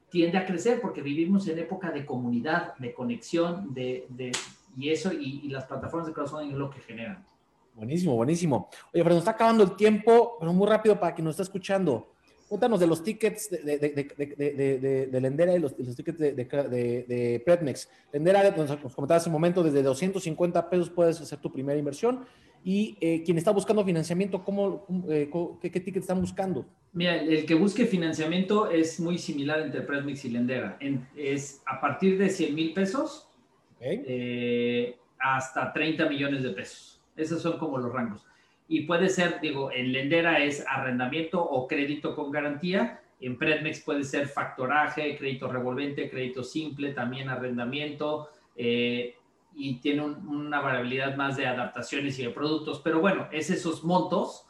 B: tiende a crecer porque vivimos en época de comunidad, de conexión, de, de, y eso, y, y las plataformas de crowdfunding es lo que generan.
A: Buenísimo, buenísimo. Oye, pero nos está acabando el tiempo, pero muy rápido para quien nos está escuchando. Cuéntanos de los tickets de, de, de, de, de, de, de Lendera y los, los tickets de, de, de, de Predmex. Lendera, nos, nos comentaba hace un momento, desde doscientos cincuenta pesos puedes hacer tu primera inversión. Y eh, quien está buscando financiamiento, ¿cómo, eh, qué, ¿qué ticket están buscando?
B: Mira, el que busque financiamiento es muy similar entre Predmex y Lendera. En, es a partir de cien mil pesos okay. eh, hasta treinta millones de pesos. Esos son como los rangos. Y puede ser, digo, en Lendera es arrendamiento o crédito con garantía. En Predmex puede ser factoraje, crédito revolvente, crédito simple, también arrendamiento. Eh, y tiene un, una variabilidad más de adaptaciones y de productos. Pero bueno, es esos montos.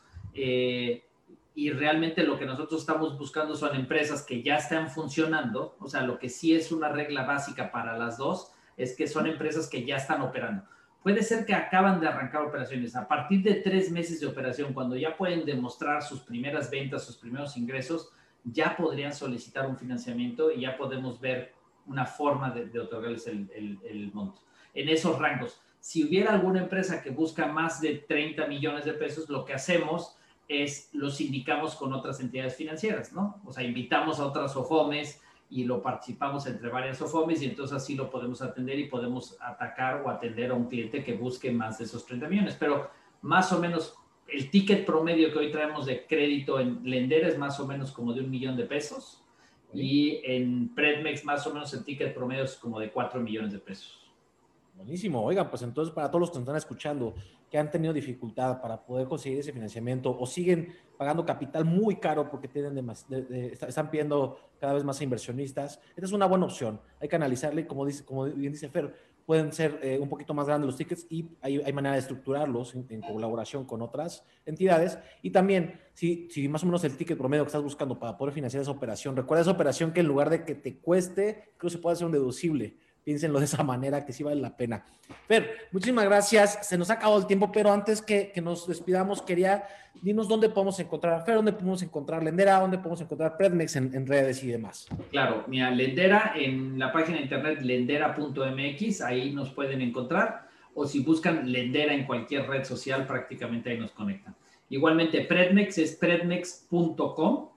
B: Eh, y realmente lo que nosotros estamos buscando son empresas que ya están funcionando. O sea, lo que sí es una regla básica para las dos es que son empresas que ya están operando. Puede ser que acaban de arrancar operaciones. A partir de tres meses de operación, cuando ya pueden demostrar sus primeras ventas, sus primeros ingresos, ya podrían solicitar un financiamiento y ya podemos ver una forma de, de otorgarles el, el, el monto. En esos rangos, si hubiera alguna empresa que busca más de treinta millones de pesos, lo que hacemos es los indicamos con otras entidades financieras, ¿no? O sea, invitamos a otras SOFOMES y lo participamos entre varias SOFOMES y entonces así lo podemos atender y podemos atacar o atender a un cliente que busque más de esos treinta millones. Pero más o menos el ticket promedio que hoy traemos de crédito en Lendera es más o menos como de un millón de pesos y en Predmex más o menos el ticket promedio es como de cuatro millones de pesos.
A: Buenísimo. Oigan, pues entonces para todos los que nos están escuchando que han tenido dificultad para poder conseguir ese financiamiento o siguen pagando capital muy caro porque tienen demas, de, de, están pidiendo cada vez más a inversionistas, esta es una buena opción. Hay que analizarla y como, dice, como bien dice Fer, pueden ser eh, un poquito más grandes los tickets y hay, hay manera de estructurarlos en, en colaboración con otras entidades. Y también, si, si más o menos el ticket promedio que estás buscando para poder financiar esa operación, recuerda esa operación que en lugar de que te cueste, creo que se puede hacer un deducible. Piénsenlo de esa manera, que sí vale la pena. Fer, muchísimas gracias. Se nos ha acabado el tiempo, pero antes que, que nos despidamos, quería, dinos dónde podemos encontrar a Fer, dónde podemos encontrar Lendera, dónde podemos encontrar Predmex en, en redes y demás.
B: Claro, mira, Lendera en la página de internet lendera punto m x, ahí nos pueden encontrar, o si buscan Lendera en cualquier red social, prácticamente ahí nos conectan. Igualmente, Predmex es predmex punto com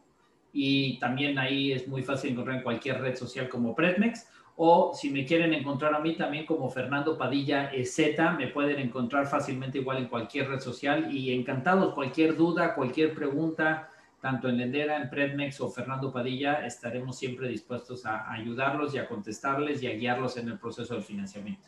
B: y también ahí es muy fácil encontrar en cualquier red social como Predmex. O si me quieren encontrar a mí también como Fernando Padilla E Z, me pueden encontrar fácilmente igual en cualquier red social y encantados, cualquier duda, cualquier pregunta, tanto en Lendera, en Predmex o Fernando Padilla, estaremos siempre dispuestos a ayudarlos y a contestarles y a guiarlos en el proceso del financiamiento.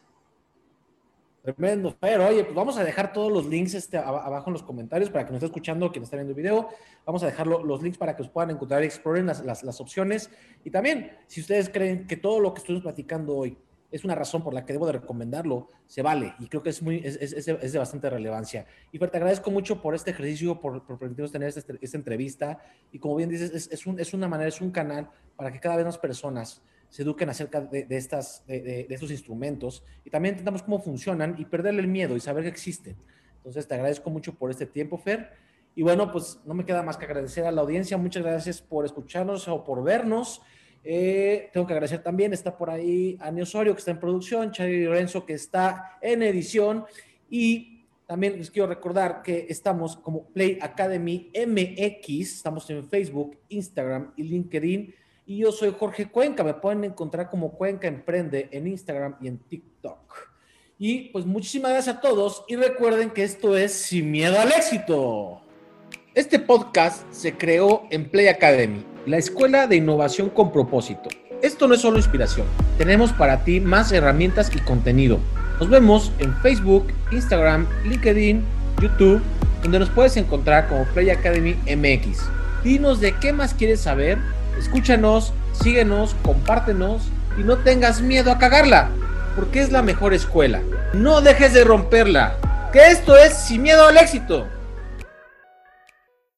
A: Tremendo, Fer. Oye, pues vamos a dejar todos los links este, abajo en los comentarios para que nos esté escuchando, quien está viendo el video. Vamos a dejar lo, los links para que os puedan encontrar y exploren las, las, las opciones. Y también, si ustedes creen que todo lo que estuvimos platicando hoy es una razón por la que debo de recomendarlo, se vale. Y creo que es, muy, es, es, es, de, es de bastante relevancia. Y Fer, te agradezco mucho por este ejercicio, por, por permitirnos tener esta, esta entrevista. Y como bien dices, es, es, un, es una manera, es un canal para que cada vez más personas se eduquen acerca de, de, estas, de, de, de estos instrumentos y también entendamos cómo funcionan y perderle el miedo y saber que existen. Entonces, te agradezco mucho por este tiempo, Fer. Y bueno, pues no me queda más que agradecer a la audiencia. Muchas gracias por escucharnos o por vernos. Eh, tengo que agradecer también, está por ahí Ani Osorio, que está en producción, Charlie Lorenzo, que está en edición. Y también les quiero recordar que estamos como Play Academy M X, estamos en Facebook, Instagram y LinkedIn. Y yo soy Jorge Cuenca, me pueden encontrar como Cuenca Emprende en Instagram y en TikTok. Y pues muchísimas gracias a todos y recuerden que esto es Sin Miedo al Éxito. Este podcast se creó en Play Academy, la escuela de innovación con propósito. Esto no es solo inspiración, tenemos para ti más herramientas y contenido. Nos vemos en Facebook, Instagram, LinkedIn, YouTube, donde nos puedes encontrar como Play Academy M X. Dinos de qué más quieres saber. Escúchanos, síguenos, compártenos y no tengas miedo a cagarla, porque es la mejor escuela. No dejes de romperla, que esto es Sin Miedo al Éxito.